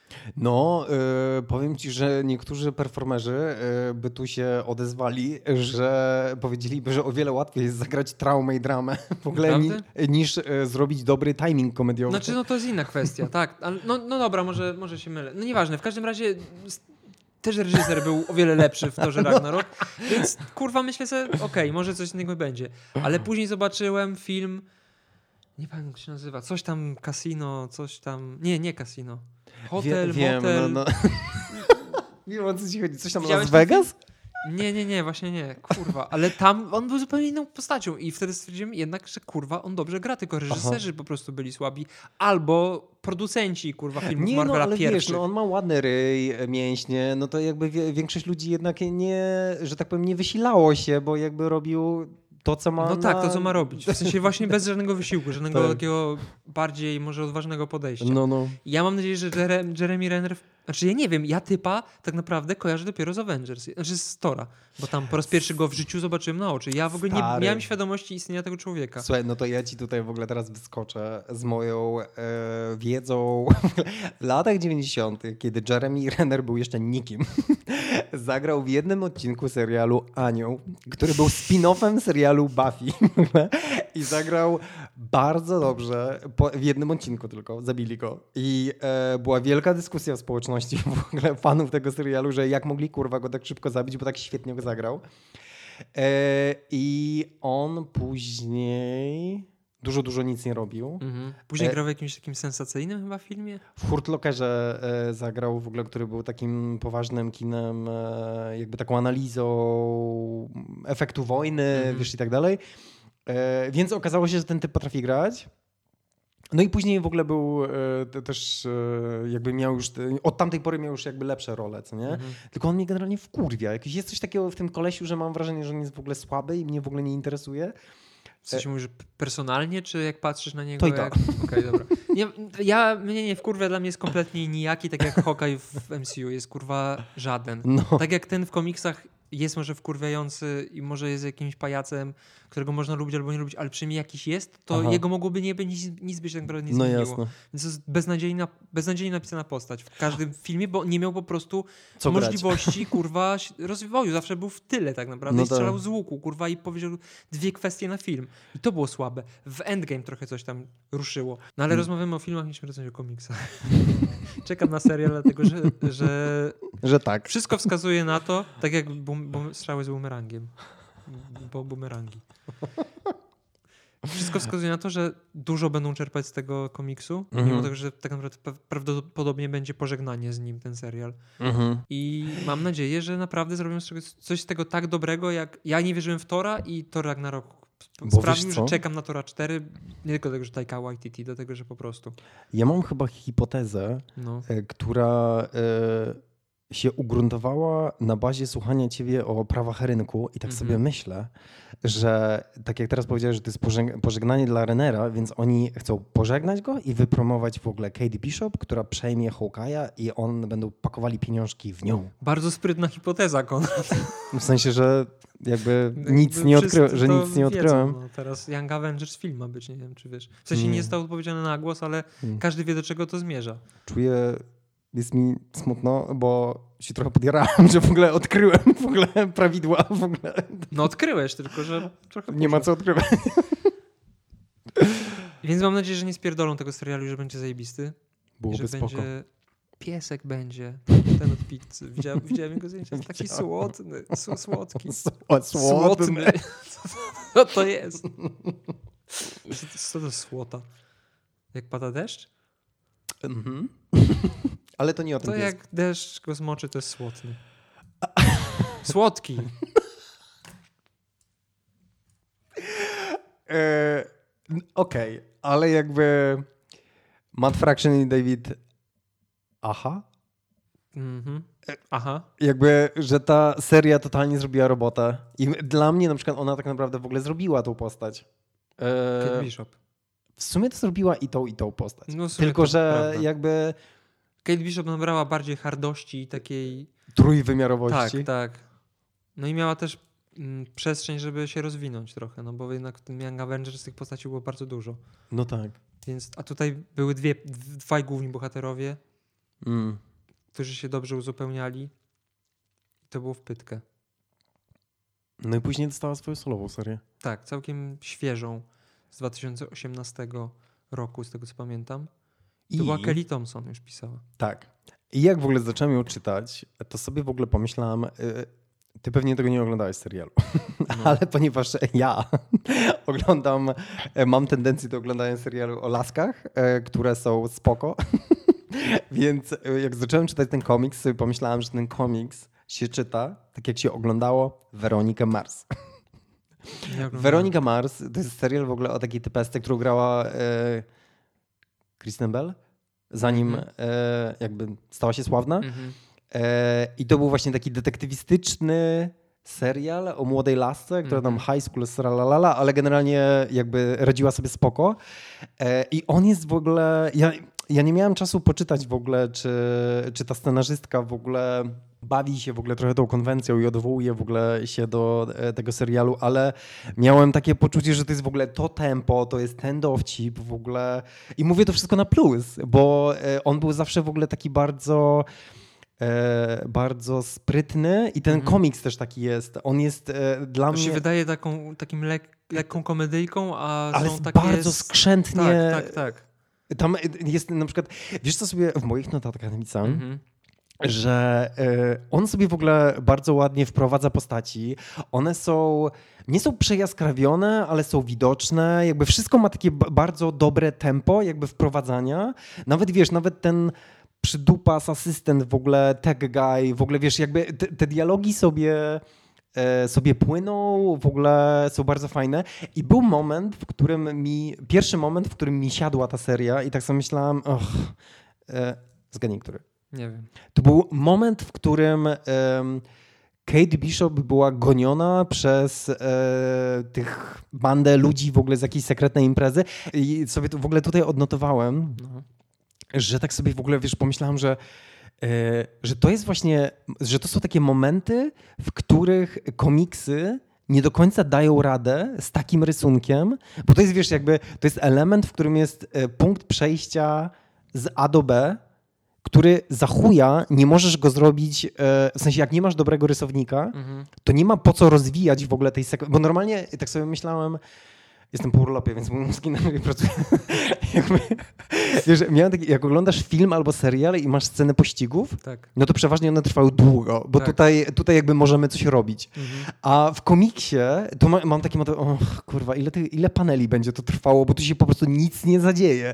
Powiem ci, że niektórzy performerzy by tu się odezwali, że powiedzieliby, że o wiele łatwiej jest zagrać traumę i dramę w ogóle niż zrobić dobry timing komediowy. Znaczy, to jest inna kwestia, tak. Ale, dobra, może się mylę. Nieważne, w każdym razie też reżyser był o wiele lepszy w Torze Ragnarok, więc myślę sobie, może coś innego będzie. Ale później zobaczyłem film, nie pamiętam jak się nazywa, coś tam Casino, coś tam, nie Casino. Hotel, Wiem, motel. no. Wiem, o co ci chodzi. Coś tam Widziałeś Las Vegas? Nie, właśnie nie, kurwa. Ale tam on był zupełnie inną postacią i wtedy stwierdziłem jednak, że kurwa on dobrze gra, tylko reżyserzy po prostu byli słabi. Albo producenci, kurwa, filmów Marvela ale pierwszych. wiesz, no on ma ładny ryj, mięśnie, no to jakby większość ludzi jednak nie, że tak powiem, nie wysilało się, bo jakby robił to, co ma No tak, to co ma robić. W sensie właśnie bez żadnego wysiłku, żadnego Tak. takiego bardziej może odważnego podejścia. No. Ja mam nadzieję, że Jeremy Renner... Znaczy ja nie wiem, ja typa tak naprawdę kojarzę dopiero z Avengers, znaczy z Thora, bo tam po raz pierwszy go w życiu zobaczyłem na oczy. Ja w ogóle nie miałem świadomości istnienia tego człowieka. Słuchaj, no to ja ci tutaj w ogóle teraz wyskoczę z moją wiedzą. W latach 90., kiedy Jeremy Renner był jeszcze nikim, zagrał w jednym odcinku serialu Anioł, który był spin-offem serialu Buffy. I zagrał bardzo dobrze, w jednym odcinku tylko, zabili go. I była wielka dyskusja w społeczności w ogóle fanów tego serialu, że jak mogli kurwa go tak szybko zabić, bo tak świetnie go zagrał. I on później dużo nic nie robił. Później grał w jakimś takim sensacyjnym chyba filmie? W Hurt Lockerze zagrał w ogóle, który był takim poważnym kinem, jakby taką analizą efektu wojny, wiesz, i tak dalej. Więc okazało się, że ten typ potrafi grać. No i później w ogóle był też jakby miał już, od tamtej pory miał już jakby lepsze role, co nie? Tylko on mnie generalnie wkurwia. Jest coś takiego w tym kolesiu, że mam wrażenie, że on jest w ogóle słaby i mnie w ogóle nie interesuje. W sensie mówisz personalnie, czy jak patrzysz na niego? To i to. Okej, dobra. Mnie nie wkurwia, dla mnie jest kompletnie nijaki, tak jak Hawkeye w MCU jest kurwa żaden. No. Tak jak ten w komiksach jest może wkurwiający i może jest jakimś pajacem, którego można lubić albo nie lubić, ale przynajmniej jakiś jest, to jego mogłoby nie być, nic by się tak naprawdę nie zmieniło. Jasne. Więc to jest beznadziejnie napisana postać w każdym filmie, bo nie miał po prostu Co możliwości kurwa rozwoju. Zawsze był w tyle tak naprawdę i strzelał z łuku kurwa i powiedział 2 kwestie na film. I to było słabe. W Endgame trochę coś tam ruszyło. No ale rozmawiamy o filmach, niż recenzję o komiksach. Czekam na serial, dlatego że tak. Wszystko wskazuje na to, tak jak strzały z bumerangiem. Bo bumerangi. Wszystko wskazuje na to, że dużo będą czerpać z tego komiksu, mimo tego, że tak naprawdę prawdopodobnie będzie pożegnanie z nim ten serial. I mam nadzieję, że naprawdę zrobią coś z tego tak dobrego, jak ja nie wierzyłem w Thora i Thor Ragnarok sprawił, że czekam na Thora 4, nie tylko dlatego, że Taika Waititi, dlatego, że po prostu. Ja mam chyba hipotezę, która się ugruntowała na bazie słuchania ciebie o prawach rynku i tak sobie myślę, że tak jak teraz powiedziałeś, że to jest pożegnanie dla Rennera, więc oni chcą pożegnać go i wypromować w ogóle Kate Bishop, która przejmie Hawkeye'a i on będą pakowali pieniążki w nią. Bardzo sprytna hipoteza, Konrad. W sensie, że jakby nic nie odkryłem. No, teraz Young Avengers film ma być, nie wiem czy wiesz. W sensie nie zostało odpowiedziane na głos, ale każdy wie do czego to zmierza. Jest mi smutno, bo się trochę podjarałem, że w ogóle odkryłem prawidła. No odkryłeś, tylko że trochę nie ma co odkrywać. Więc mam nadzieję, że nie spierdolą tego serialu, że będzie zajebisty. Byłoby że spoko. Będzie... Piesek będzie, ten od pizzy. Widziałem jego zdjęcia, jest taki słodny, słodki. Słodny. Co to jest? Co to słota? Jak pada deszcz? Ale to nie o tym to jest. Jak deszcz go zmoczy, to jest słodny. Słodki. Okej, ale jakby Matt Fraction i David Aha? Aha. Jakby, że ta seria totalnie zrobiła robotę. I dla mnie na przykład ona tak naprawdę w ogóle zrobiła tą postać. Kate Bishop. W sumie to zrobiła i tą postać. No tylko, że prawda. Jakby... Kate Bishop nabrała bardziej hardości i takiej... Trójwymiarowości. Tak. No i miała też przestrzeń, żeby się rozwinąć trochę, no bo jednak w tym Young Avengers tych postaci było bardzo dużo. No tak. Więc, a tutaj były dwaj główni bohaterowie, którzy się dobrze uzupełniali. To było w pytkę. No i później dostała swoją solową serię. Tak, całkiem świeżą z 2018 roku, z tego co pamiętam. To była Kelly Thompson już pisała. Tak. I jak w ogóle zacząłem ją czytać, to sobie w ogóle pomyślałam, ty pewnie tego nie oglądałeś serialu, ale ponieważ ja mam tendencję do oglądania serialu o laskach, które są spoko. Więc jak zacząłem czytać ten komiks, sobie pomyślałem, że ten komiks się czyta, tak jak się oglądało Weronikę Mars. Weronika Mars to jest serial w ogóle o takiej typestce, którą grała Kristen Bell, zanim jakby stała się sławna. I to był właśnie taki detektywistyczny serial o młodej lasce, która tam high school, sralalala, ale generalnie jakby radziła sobie spoko. I on jest w ogóle... Ja nie miałem czasu poczytać w ogóle, czy ta scenarzystka w ogóle bawi się w ogóle trochę tą konwencją i odwołuje w ogóle się do tego serialu, ale miałem takie poczucie, że to jest w ogóle to tempo, to jest ten dowcip w ogóle. I mówię to wszystko na plus, bo on był zawsze w ogóle taki bardzo sprytny i ten komiks też taki jest. On jest dla mnie... To się wydaje takim lekką komedyjką, ale są takie... bardzo skrzętnie... Tak. Tam jest na przykład... Wiesz, co sobie w moich notatkach napisałem? Że on sobie w ogóle bardzo ładnie wprowadza postaci. One nie są przejaskrawione, ale są widoczne. Jakby wszystko ma takie bardzo dobre tempo jakby wprowadzania. Nawet wiesz, nawet ten przydupas, asystent w ogóle, tech guy, w ogóle wiesz, jakby te dialogi sobie płyną, w ogóle są bardzo fajne. I był pierwszy moment, w którym mi siadła ta seria i tak sobie myślałam, zgadnij, który? Nie wiem. To był moment, w którym Kate Bishop była goniona przez tych bandę ludzi w ogóle z jakiejś sekretnej imprezy i sobie to w ogóle tutaj odnotowałem, że tak sobie w ogóle, wiesz, pomyślałem, że to jest właśnie, że to są takie momenty, w których komiksy nie do końca dają radę z takim rysunkiem, bo to jest, wiesz, jakby to jest element, w którym jest punkt przejścia z A do B, który za chuja nie możesz go zrobić, w sensie jak nie masz dobrego rysownika, to nie ma po co rozwijać w ogóle tej sekwencji, bo normalnie tak sobie myślałem, jestem po urlopie, więc mój mózg inaczej pracuje. Wiesz, miałem taki, jak oglądasz film albo serial i masz scenę pościgów, no to przeważnie one trwają długo, bo tutaj jakby możemy coś robić. A w komiksie to mam taki motyw, kurwa, ile paneli będzie to trwało, bo tu się po prostu nic nie zadzieje.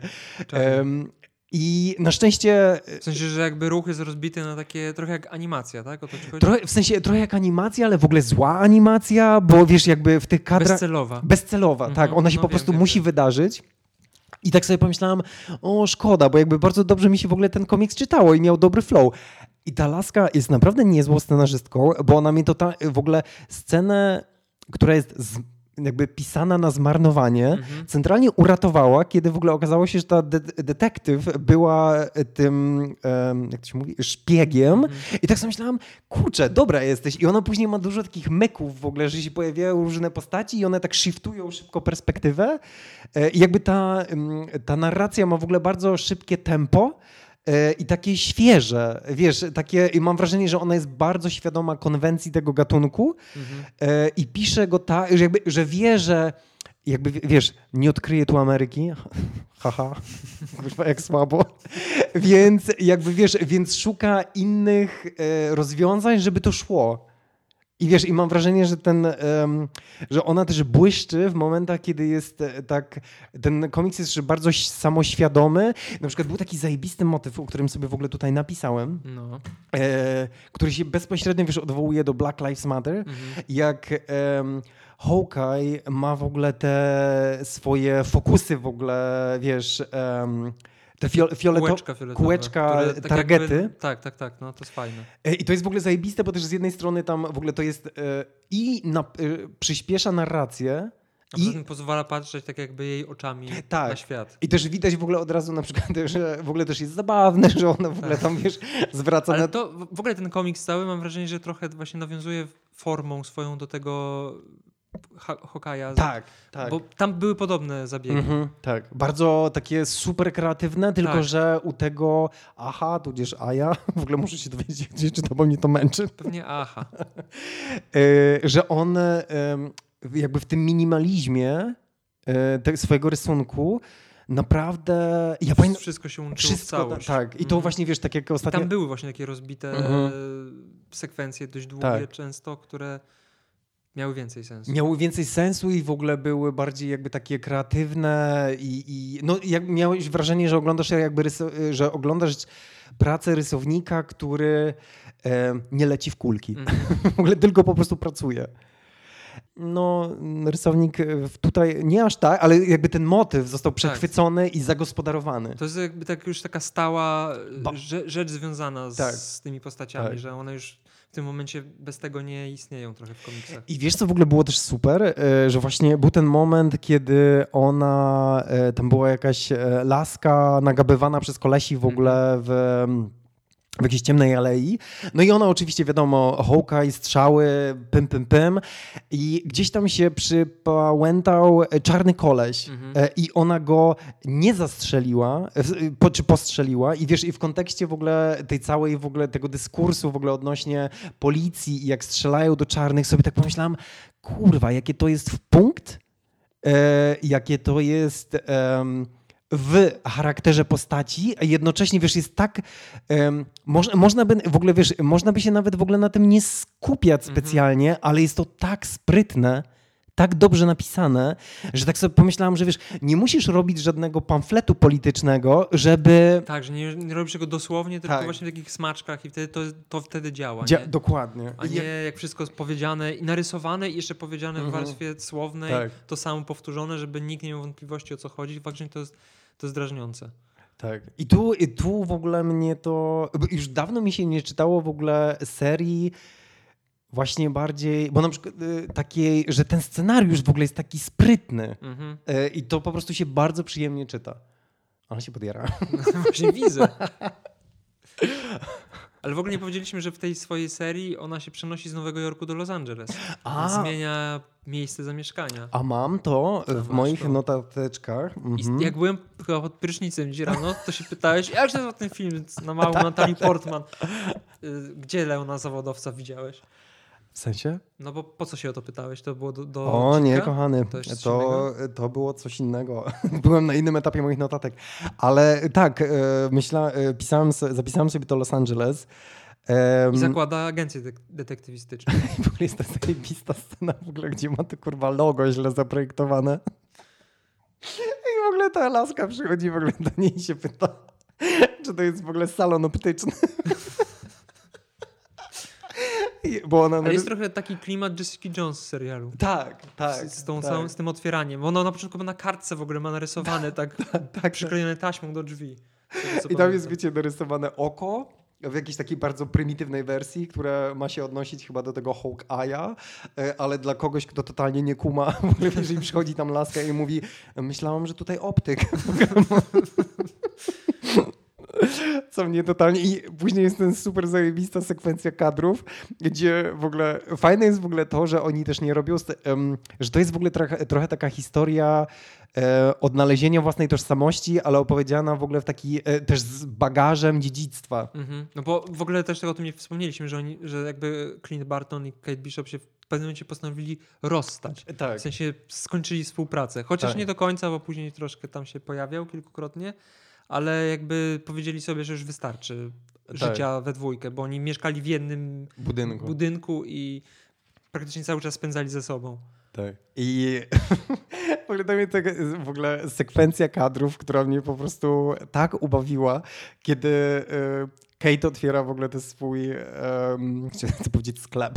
I na szczęście... W sensie, że jakby ruch jest rozbity na takie trochę jak animacja, tak? O to ci chodzi? W sensie trochę jak animacja, ale w ogóle zła animacja, bo wiesz, jakby w tych kadrach... Bezcelowa, tak. Ona się po prostu musi wydarzyć. I tak sobie pomyślałam, szkoda, bo jakby bardzo dobrze mi się w ogóle ten komiks czytało i miał dobry flow. I ta laska jest naprawdę niezłą scenarzystką, bo ona mi w ogóle scenę, która jest jakby pisana na zmarnowanie, centralnie uratowała, kiedy w ogóle okazało się, że ta detektyw była tym, jak to się mówi, szpiegiem. I tak sobie myślałam, kurczę, dobra jesteś. I ona później ma dużo takich myków w ogóle, że się pojawiają różne postaci i one tak shiftują szybko perspektywę. I jakby ta narracja ma w ogóle bardzo szybkie tempo. I takie świeże, wiesz, i mam wrażenie, że ona jest bardzo świadoma konwencji tego gatunku i pisze go tak, że wie, że jakby, wiesz, nie odkryje tu Ameryki, haha, kurwa, jak słabo, więc jakby, wiesz, więc szuka innych rozwiązań, żeby to szło. I wiesz, i mam wrażenie, że ona też błyszczy w momentach, kiedy jest ten komiks jest bardzo samoświadomy. Na przykład był taki zajebisty motyw, o którym sobie w ogóle tutaj napisałem, który się bezpośrednio, wiesz, odwołuje do Black Lives Matter. Jak Hawkeye ma w ogóle te swoje fokusy w ogóle, wiesz... Te kółeczka tak targety. Jakby, tak, no to jest fajne. I to jest w ogóle zajebiste, bo też z jednej strony tam w ogóle to jest przyspiesza narrację. A poza tym pozwala patrzeć tak jakby jej oczami na świat. I też widać w ogóle od razu na przykład, że w ogóle też jest zabawne, że ona w ogóle tam, wiesz, zwraca... Ale to w ogóle ten komiks cały, mam wrażenie, że trochę właśnie nawiązuje formą swoją do tego Hawkeye'a. Tak. Bo tam były podobne zabiegi. Tak. Bardzo takie super kreatywne, tylko że u tego tudzież Aja, w ogóle muszę się dowiedzieć, gdzie czytam, bo mnie to męczy. Pewnie że on jakby w tym minimalizmie swojego rysunku naprawdę... Wszystko się łączyło w całość. Tak. I to właśnie, wiesz, tak jak ostatnio... Tam były właśnie takie rozbite sekwencje dość długie często, które... Miały więcej sensu. Miały więcej sensu i w ogóle były bardziej jakby takie kreatywne i no jak miałeś wrażenie, że oglądasz że oglądasz pracę rysownika, który nie leci w kulki. W ogóle tylko po prostu pracuje. No, rysownik tutaj nie aż tak, ale jakby ten motyw został przechwycony i zagospodarowany. To jest jakby tak już taka stała rzecz związana z tymi postaciami, że one już w tym momencie bez tego nie istnieją trochę w komiksach. I wiesz, co w ogóle było też super? Że właśnie był ten moment, kiedy ona, tam była jakaś laska nagabywana przez kolesi w ogóle w jakiejś ciemnej alei. No i ona oczywiście, wiadomo, Hawkeye, strzały, pym. I gdzieś tam się przypałętał czarny koleś i ona go nie zastrzeliła, czy postrzeliła. I wiesz, i w kontekście w ogóle tej całej w ogóle tego dyskursu w ogóle odnośnie policji i jak strzelają do czarnych, sobie tak pomyślałam, kurwa, jakie to jest w punkt, jakie to jest... w charakterze postaci, a jednocześnie, wiesz, jest tak, można by w ogóle, wiesz, można by się nawet w ogóle na tym nie skupiać specjalnie, ale jest to tak sprytne, tak dobrze napisane, że tak sobie pomyślałam, że wiesz, nie musisz robić żadnego pamfletu politycznego, żeby... Tak, że nie robisz tego dosłownie, tylko właśnie w takich smaczkach i wtedy to wtedy działa. Dokładnie. A nie jak wszystko jest powiedziane i narysowane i jeszcze powiedziane w warstwie słownej, to samo powtórzone, żeby nikt nie miał wątpliwości, o co chodzi. Faktycznie to jest drażniące. Tak. I tu w ogóle mnie to... Już dawno mi się nie czytało w ogóle serii właśnie bardziej, bo na przykład takiej, że ten scenariusz w ogóle jest taki sprytny i to po prostu się bardzo przyjemnie czyta. Ona się podjara. No, właśnie widzę. Ale w ogóle nie powiedzieliśmy, że w tej swojej serii ona się przenosi z Nowego Jorku do Los Angeles. Zmienia miejsce zamieszkania. A mam to w moich notateczkach. I jak byłem chyba pod prysznicem dziś rano, to się pytałeś, jak się nazywa ten film na małą Natalii Portman? Gdzie Leona Zawodowca widziałeś? W sensie? No bo po co się o to pytałeś? To było do O nie, kochany. To było coś innego. Byłem na innym etapie moich notatek. Ale tak, zapisałem sobie to Los Angeles. I zakłada agencję detektywistyczną. W ogóle jest to zajebista scena w ogóle, gdzie ma to kurwa logo źle zaprojektowane. I w ogóle ta laska przychodzi w ogóle do niej i się pyta, czy to jest w ogóle salon optyczny. Bo ona ale jest trochę taki klimat Jessica Jones z serialu. Tak. Z tym otwieraniem. Bo ona na początku na kartce w ogóle ma narysowane tak przyklejone taśmą do drzwi. I tam jest, wiecie, narysowane oko w jakiejś takiej bardzo prymitywnej wersji, która ma się odnosić chyba do tego Hawkeye'a, ale dla kogoś, kto totalnie nie kuma, w ogóle jeżeli przychodzi tam laska i mówi, myślałam, że tutaj optyk. Co mnie totalnie... I później jest ten super zajebista sekwencja kadrów, gdzie w ogóle... Fajne jest w ogóle to, że oni też nie robią... że to jest w ogóle trochę taka historia odnalezienia własnej tożsamości, ale opowiedziana w ogóle w taki też z bagażem dziedzictwa. No bo w ogóle też tego o tym nie wspomnieliśmy, że jakby Clint Barton i Kate Bishop się w pewnym momencie postanowili rozstać. Tak. W sensie skończyli współpracę. Chociaż nie do końca, bo później troszkę tam się pojawiał kilkukrotnie. Ale jakby powiedzieli sobie, że już wystarczy życia we dwójkę, bo oni mieszkali w jednym budynku i praktycznie cały czas spędzali ze sobą. Tak. I w ogóle sekwencja kadrów, która mnie po prostu tak ubawiła, kiedy Kate otwiera w ogóle ten swój, chciałem powiedzieć sklep,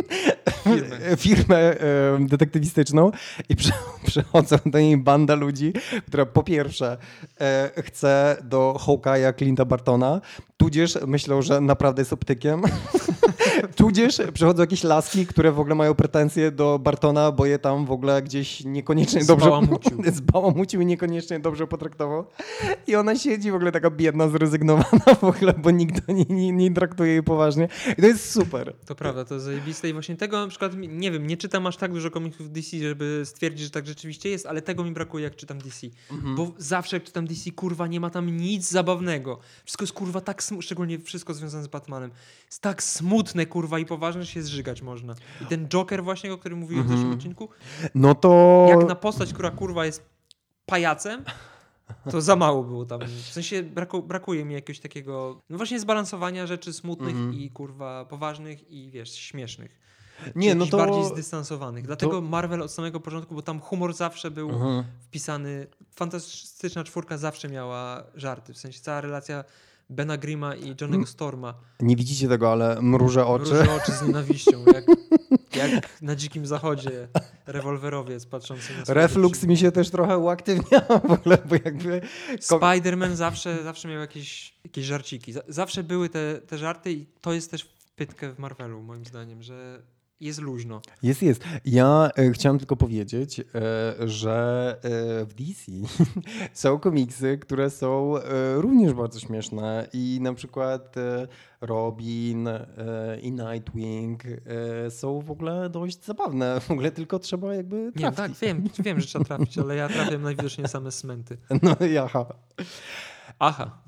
firmę detektywistyczną i przychodzą do niej banda ludzi, która po pierwsze chce do Hawkeye'a Clint'a Bartona, tudzież myślą, że naprawdę jest optykiem, tudzież przychodzą jakieś laski, które w ogóle mają pretensje do Bartona, bo je tam w ogóle gdzieś niekoniecznie zbałamucił i niekoniecznie dobrze potraktował. I ona siedzi w ogóle taka biedna, zrezygnowana w ogóle, bo nikt nie traktuje jej poważnie. I to jest super. To prawda, to jest zajebiste i właśnie tego na przykład, nie wiem, nie czytam aż tak dużo komiksów DC, żeby stwierdzić, że tak rzeczywiście jest, ale tego mi brakuje, jak czytam DC. Bo zawsze jak czytam DC, kurwa, nie ma tam nic zabawnego. Wszystko jest, kurwa, tak szczególnie wszystko związane z Batmanem. Jest tak smutne, kurwa, i poważne, że się zżygać można. I ten Joker właśnie, o którym mówiłem w zeszłym odcinku, no to... jak na postać, która, kurwa, jest pajacem, to za mało było tam. W sensie brakuje mi jakiegoś takiego, no właśnie zbalansowania rzeczy smutnych i kurwa poważnych i wiesz, śmiesznych. Nie, no to... bardziej zdystansowanych. Dlatego Marvel od samego początku, bo tam humor zawsze był wpisany. Fantastyczna czwórka zawsze miała żarty. W sensie cała relacja Bena Grima i Johnny'ego Storma. Nie widzicie tego, ale mrużę oczy. Mrużę oczy z nienawiścią. Jak na Dzikim Zachodzie rewolwerowiec patrzący na Reflux mi się też trochę uaktywniał w ogóle, bo jakby... Spider-Man zawsze miał jakieś żarciki. Zawsze były te żarty i to jest też wpytkę w Marvelu, moim zdaniem, że jest luźno. Jest. Ja chciałem tylko powiedzieć, że w DC są komiksy, które są również bardzo śmieszne i na przykład Robin i Nightwing są w ogóle dość zabawne. W ogóle tylko trzeba jakby trafić. Nie, tak, wiem, że trzeba trafić, ale ja trafiam najwidoczniej same smenty. No jaha. Aha.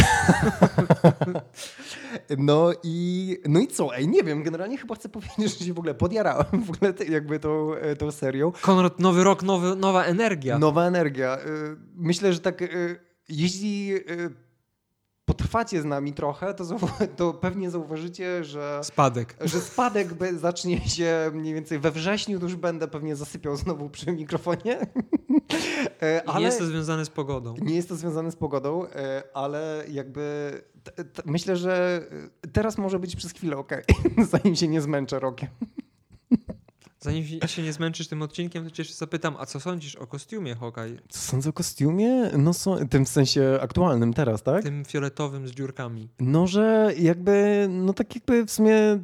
No i co? Ej, nie wiem, generalnie chyba chcę powiedzieć, że się w ogóle podjarałem w ogóle jakby tą serią. Konrad, nowy rok, nowa energia. Nowa energia. Myślę, że tak, jeśli potrwacie z nami trochę, to pewnie zauważycie, że spadek zacznie się mniej więcej we wrześniu, to już będę pewnie zasypiał znowu przy mikrofonie. Ale nie jest to związane z pogodą. Nie jest to związane z pogodą, ale jakby myślę, że teraz może być przez chwilę okej, zanim się nie zmęczę rokiem. Zanim się nie zmęczysz tym odcinkiem, to cię jeszcze zapytam, a co sądzisz o kostiumie Hawkeye? Co sądzę o kostiumie? No tym w sensie aktualnym teraz, tak? Tym fioletowym z dziurkami. No, że jakby, no tak jakby w sumie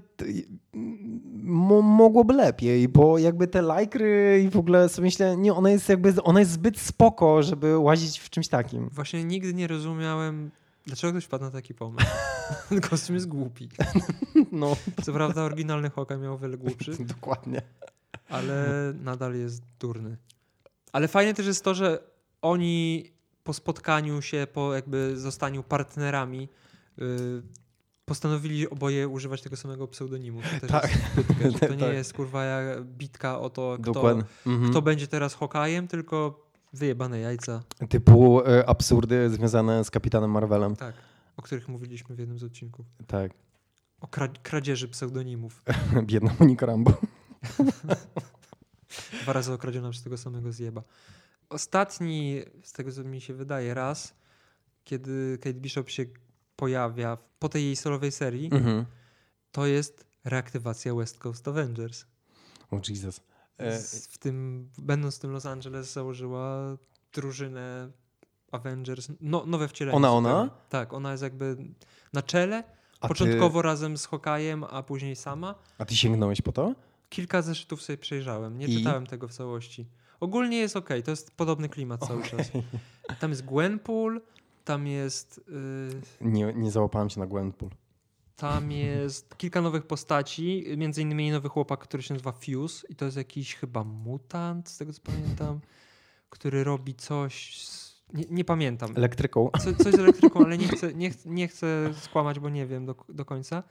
mogłoby lepiej, bo jakby te lajkry i w ogóle sobie myślę, nie, ona jest zbyt spoko, żeby łazić w czymś takim. Właśnie nigdy nie rozumiałem, dlaczego ktoś wpadł na taki pomysł. Kostium jest głupi. No. Co prawda oryginalny Hawkeye miał o wiele głupszy. Dokładnie. Ale nadal jest durny. Ale fajne też jest to, że oni po spotkaniu się, po jakby zostaniu partnerami postanowili oboje używać tego samego pseudonimu. To też jest wpytkę, że to nie jest kurwa bitka o to, kto będzie teraz Hawkeye'em, tylko wyjebane jajca. Typu absurdy związane z Kapitanem Marvelem. Tak, o których mówiliśmy w jednym z odcinków. Tak. O kradzieży pseudonimów. Biedna Monika Rambeau. 2 razy okradziona przez tego samego zjeba. Ostatni, z tego co mi się wydaje, raz, kiedy Kate Bishop się pojawia po tej jej solowej serii, to jest reaktywacja West Coast Avengers. Oh Jesus. Będąc w tym Los Angeles, założyła drużynę Avengers, nowe wcielenie. Ona? Tak, ona jest jakby na czele, początkowo razem z Hawkeye'em, a później sama. A ty sięgnąłeś po to? Kilka zeszytów sobie przejrzałem, nie czytałem tego w całości. Ogólnie jest okej, to jest podobny klimat cały czas. Tam jest Gwenpool, tam jest... Nie załapałem się na Gwenpool. Tam jest kilka nowych postaci, między innymi nowy chłopak, który się nazywa Fuse i to jest jakiś chyba mutant, z tego co pamiętam, który robi coś... Nie pamiętam. Elektryką. Coś z elektryką, ale nie chcę skłamać, bo nie wiem do końca.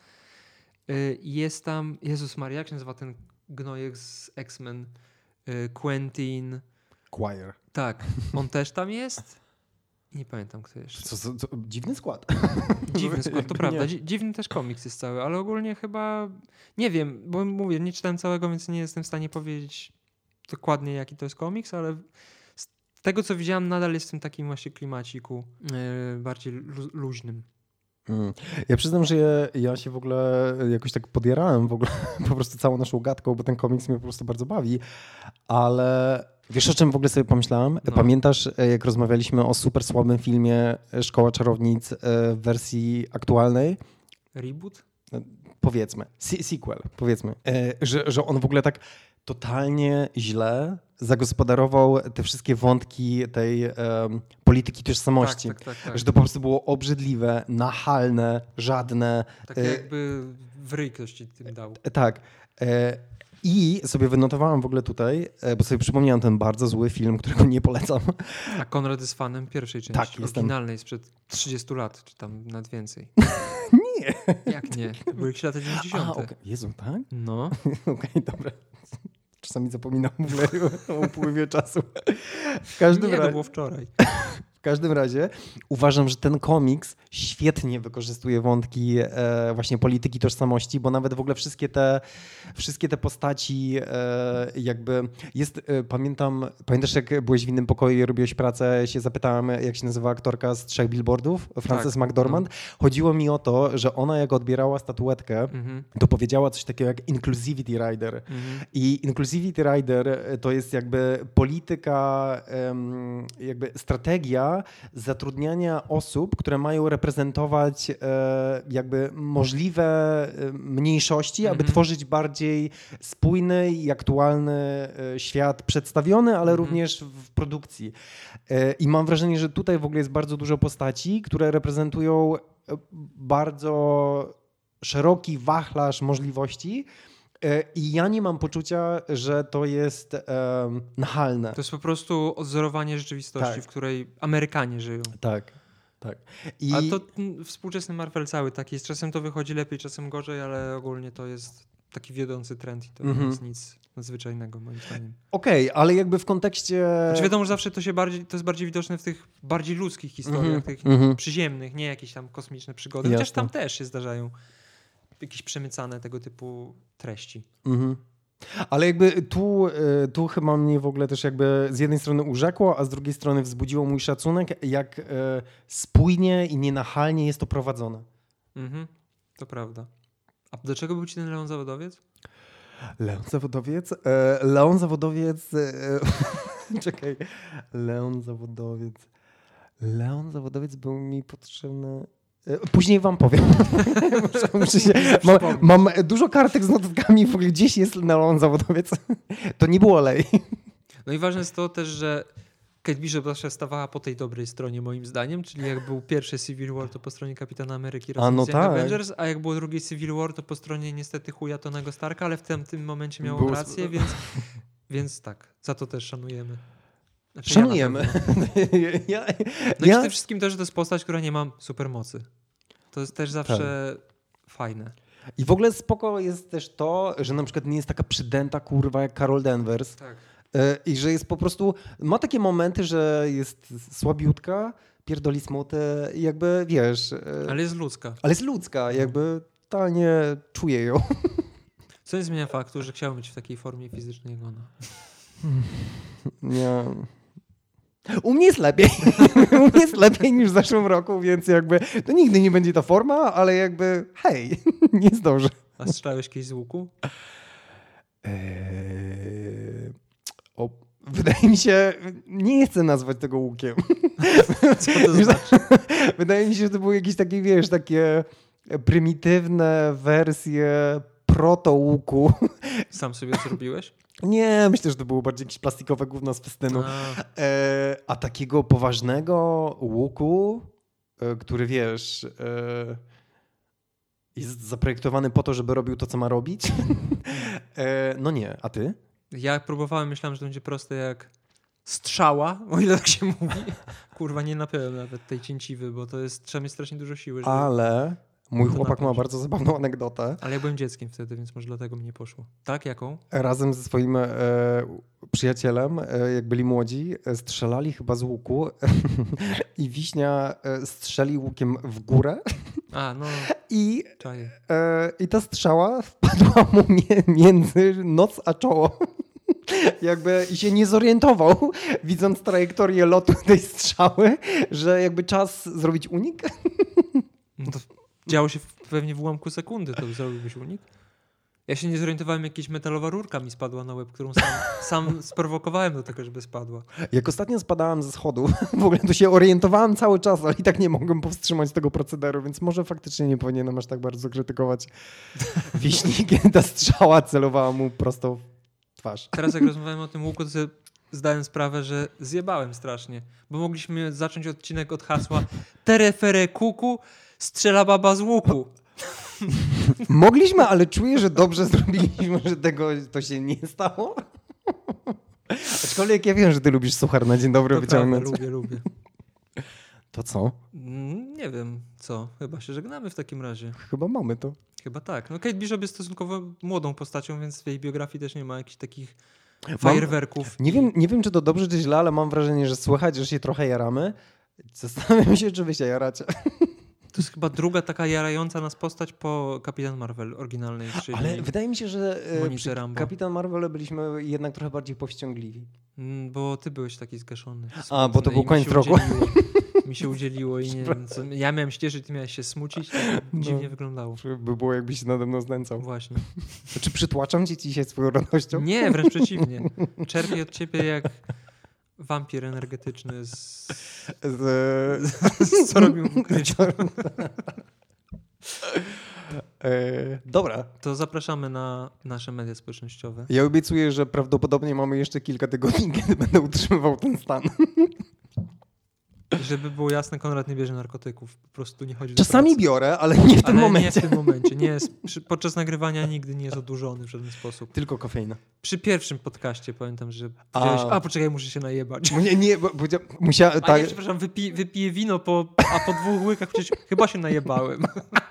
Jest tam, Jezus Maria, jak się nazywa ten gnojek z X-Men? Quentin. Quire. Tak, on też tam jest? Nie pamiętam kto jeszcze. Co, dziwny skład. Dziwny skład, to prawda. Dziwny też komiks jest cały, ale ogólnie chyba, nie wiem, bo mówię, nie czytałem całego, więc nie jestem w stanie powiedzieć dokładnie jaki to jest komiks, ale z tego co widziałem nadal jest w tym takim właśnie klimaciku bardziej luźnym. Ja przyznam, że ja się w ogóle jakoś tak podjarałem w ogóle po prostu całą naszą gadką, bo ten komiks mnie po prostu bardzo bawi, ale wiesz o czym w ogóle sobie pomyślałem? No. Pamiętasz jak rozmawialiśmy o super słabym filmie Szkoła Czarownic w wersji aktualnej? Reboot? Powiedzmy, sequel, powiedzmy, że on w ogóle tak totalnie źle zagospodarował te wszystkie wątki tej polityki tożsamości. Tak. Że to po prostu było obrzydliwe, nachalne, żadne. Tak jakby w ryj ktoś ci tym dał. Tak. I sobie wynotowałem w ogóle tutaj, bo sobie przypomniałem ten bardzo zły film, którego nie polecam. A Konrad jest fanem pierwszej części, tak, oryginalnej sprzed 30 lat, czy tam nawet więcej. Nie. Jak nie? To były jakieś lata 90. Okay. Jezu, tak? No. Okej, dobra. Czasami zapominam w ogóle o upływie czasu. W każdym razie. To było wczoraj. każdym razie uważam, że ten komiks świetnie wykorzystuje wątki właśnie polityki tożsamości, bo nawet w ogóle wszystkie te postaci jakby jest, pamiętasz jak byłeś w innym pokoju i robiłeś pracę, się zapytałem, jak się nazywa aktorka z 3 billboardów, Frances McDormand. Chodziło mi o to, że ona jak odbierała statuetkę, to powiedziała coś takiego jak Inclusivity Rider. I Inclusivity Rider to jest jakby polityka, jakby strategia zatrudniania osób, które mają reprezentować jakby możliwe mniejszości, aby tworzyć bardziej spójny i aktualny świat przedstawiony, ale również w produkcji. I mam wrażenie, że tutaj w ogóle jest bardzo dużo postaci, które reprezentują bardzo szeroki wachlarz możliwości. I ja nie mam poczucia, że to jest nachalne. To jest po prostu odzorowanie rzeczywistości, w której Amerykanie żyją. Tak. A to współczesny Marvel cały taki jest. Czasem to wychodzi lepiej, czasem gorzej, ale ogólnie to jest taki wiodący trend i to nie jest nic nadzwyczajnego moim zdaniem. Okej, ale jakby w kontekście... Znaczy wiadomo, że zawsze to jest bardziej widoczne w tych bardziej ludzkich historiach, tych przyziemnych, nie jakieś tam kosmiczne przygody. Chociaż tam też się zdarzają jakieś przemycane tego typu treści. Ale jakby tu chyba mnie w ogóle też jakby z jednej strony urzekło, a z drugiej strony wzbudziło mój szacunek, jak spójnie i nienachalnie jest to prowadzone. To prawda. A do czego był ci ten Leon Zawodowiec? Leon Zawodowiec... Czekaj. Leon Zawodowiec był mi potrzebny... Później wam powiem. Mam dużo kartek z notatkami, w ogóle gdzieś jest Leon Zawodowiec. To nie był olej. No i ważne jest to też, że Kate Bishop zawsze stawała po tej dobrej stronie moim zdaniem, czyli jak był pierwszy Civil War, to po stronie Kapitana Ameryki razem z Young Avengers, a jak było drugie Civil War, to po stronie niestety chuja Tonego Starka, ale w tym momencie miał rację, więc tak, za to też szanujemy. Znaczy, szanujemy. No i przede wszystkim też, że to jest postać, która nie ma supermocy. To jest też zawsze fajne. I w ogóle spoko jest też to, że na przykład nie jest taka przydęta kurwa jak Carol Danvers. Tak. I że jest po prostu, ma takie momenty, że jest słabiutka, pierdoli smutę i jakby wiesz... Ale jest ludzka. Jakby totalnie czuję ją. Co nie zmienia faktu, że chciałbym być w takiej formie fizycznej jak ona. Nie... U mnie jest lepiej. U mnie jest lepiej niż w zeszłym roku, więc jakby to nigdy nie będzie ta forma, ale jakby hej, nie zdążę. A strzelałeś kiedyś z łuku? Wydaje mi się, nie chcę nazwać tego łukiem. Co to znaczy? Wydaje mi się, że to były jakieś takie, wiesz, takie prymitywne wersje proto-łuku. Sam sobie zrobiłeś? Nie, myślę, że to było bardziej jakieś plastikowe gówno z festynu. A takiego poważnego łuku, który wiesz, jest zaprojektowany po to, żeby robił to, co ma robić. No nie, a ty? Ja próbowałem, myślałem, że to będzie proste jak strzała, o ile tak się mówi. Kurwa, nie napiąłem nawet tej cięciwy, bo to jest, trzeba mieć strasznie dużo siły. Ale mój chłopak ma bardzo zabawną anegdotę. Ale ja byłem dzieckiem wtedy, więc może dlatego mi nie poszło. Tak? Jaką? Razem ze swoim przyjacielem, jak byli młodzi, strzelali chyba z łuku i Wiśnia strzelił łukiem w górę. A, no. I ta strzała wpadła mu między noc a czoło. Jakby i się nie zorientował, widząc trajektorię lotu tej strzały, że jakby czas zrobić unik. No to działo się pewnie w ułamku sekundy, to zrobiłbyś unik? Ja się nie zorientowałem, jakaś metalowa rurka mi spadła na łeb, którą sam sprowokowałem do tego, żeby spadła. Jak ostatnio spadałem ze schodów, w ogóle to się orientowałem cały czas, ale i tak nie mogłem powstrzymać tego procederu, więc może faktycznie nie powinienem aż tak bardzo krytykować Wiśni, kiedy ta strzała celowała mu prosto w twarz. Teraz jak rozmawiałem o tym łuku, to sobie zdałem sprawę, że zjebałem strasznie, bo mogliśmy zacząć odcinek od hasła Terefere kuku, strzela baba z łuku. Mogliśmy, ale czuję, że dobrze zrobiliśmy, że to się nie stało. Aczkolwiek ja wiem, że ty lubisz suchar na dzień dobry wyciągnąć. Lubię. To co? Nie wiem co. Chyba się żegnamy w takim razie. Chyba mamy to. Chyba tak. No Kate Bishop jest stosunkowo młodą postacią, więc w jej biografii też nie ma jakichś takich fajerwerków. Nie wiem, czy to dobrze, czy źle, ale mam wrażenie, że słychać, że się trochę jaramy. Zastanawiam się, czy wy się jaracie. To jest chyba druga taka jarająca nas postać po Kapitan Marvel oryginalnej. Czyli Ale wydaje mi się, że Monice Rambo. Kapitan Marvel byliśmy jednak trochę bardziej powściągliwi. Bo ty byłeś taki zgaszony. A, bo to był koniec roku. Mi się udzieliło i nie wiem, co, ja miałem się cieszyć, ty miałeś się smucić, to dziwnie wyglądało. By było, jakbyś się nade mną znęcał. Właśnie. Czy przytłaczam cię dzisiaj swoją radością? Nie, wręcz przeciwnie. Czerpię od ciebie jak wampir energetyczny z co robił w ukryciu. Dobra. To zapraszamy na nasze media społecznościowe. Ja obiecuję, że prawdopodobnie mamy jeszcze kilka tygodni, kiedy będę utrzymywał ten stan. I żeby było jasne, Konrad nie bierze narkotyków. Po prostu nie chodzi Czasami do pracy. biorę, ale nie w tym momencie. Nie w tym momencie. Nie jest, podczas nagrywania nigdy nie jest odurzony w żaden sposób. Tylko kofeina. Przy pierwszym podcaście pamiętam, że powiedziałeś, poczekaj, muszę się najebać. Nie, bo musiałem... Tak. Nie, przepraszam, wypiję wino, a po 2 łykach przecież chyba się najebałem.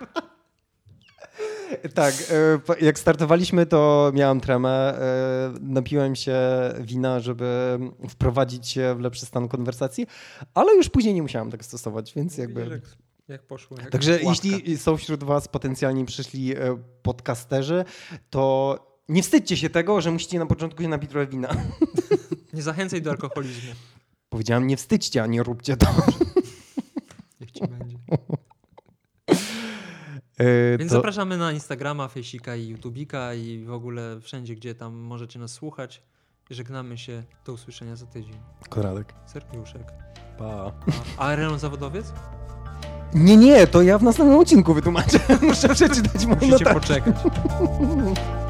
Tak, jak startowaliśmy, to miałem tremę. Napiłem się wina, żeby wprowadzić się w lepszy stan konwersacji, ale już później nie musiałem tak stosować, więc jakby... Widzisz, jak poszło. Jak Także łapka. jeśli są wśród was potencjalni przyszli podcasterzy, to nie wstydźcie się tego, że musicie na początku się napić trochę wina. Nie zachęcaj do alkoholizmu. Powiedziałem, nie wstydźcie, a nie róbcie to. Niech ci będzie. Więc zapraszamy na Instagrama, Fejsika i YouTubika i w ogóle wszędzie, gdzie tam możecie nas słuchać. Żegnamy się. Do usłyszenia za tydzień. Konradek. Serpiuszek. Pa. A Renon Zawodowiec? Nie, to ja w następnym odcinku wytłumaczę. Muszę przeczytać moje Musicie notatki. poczekać.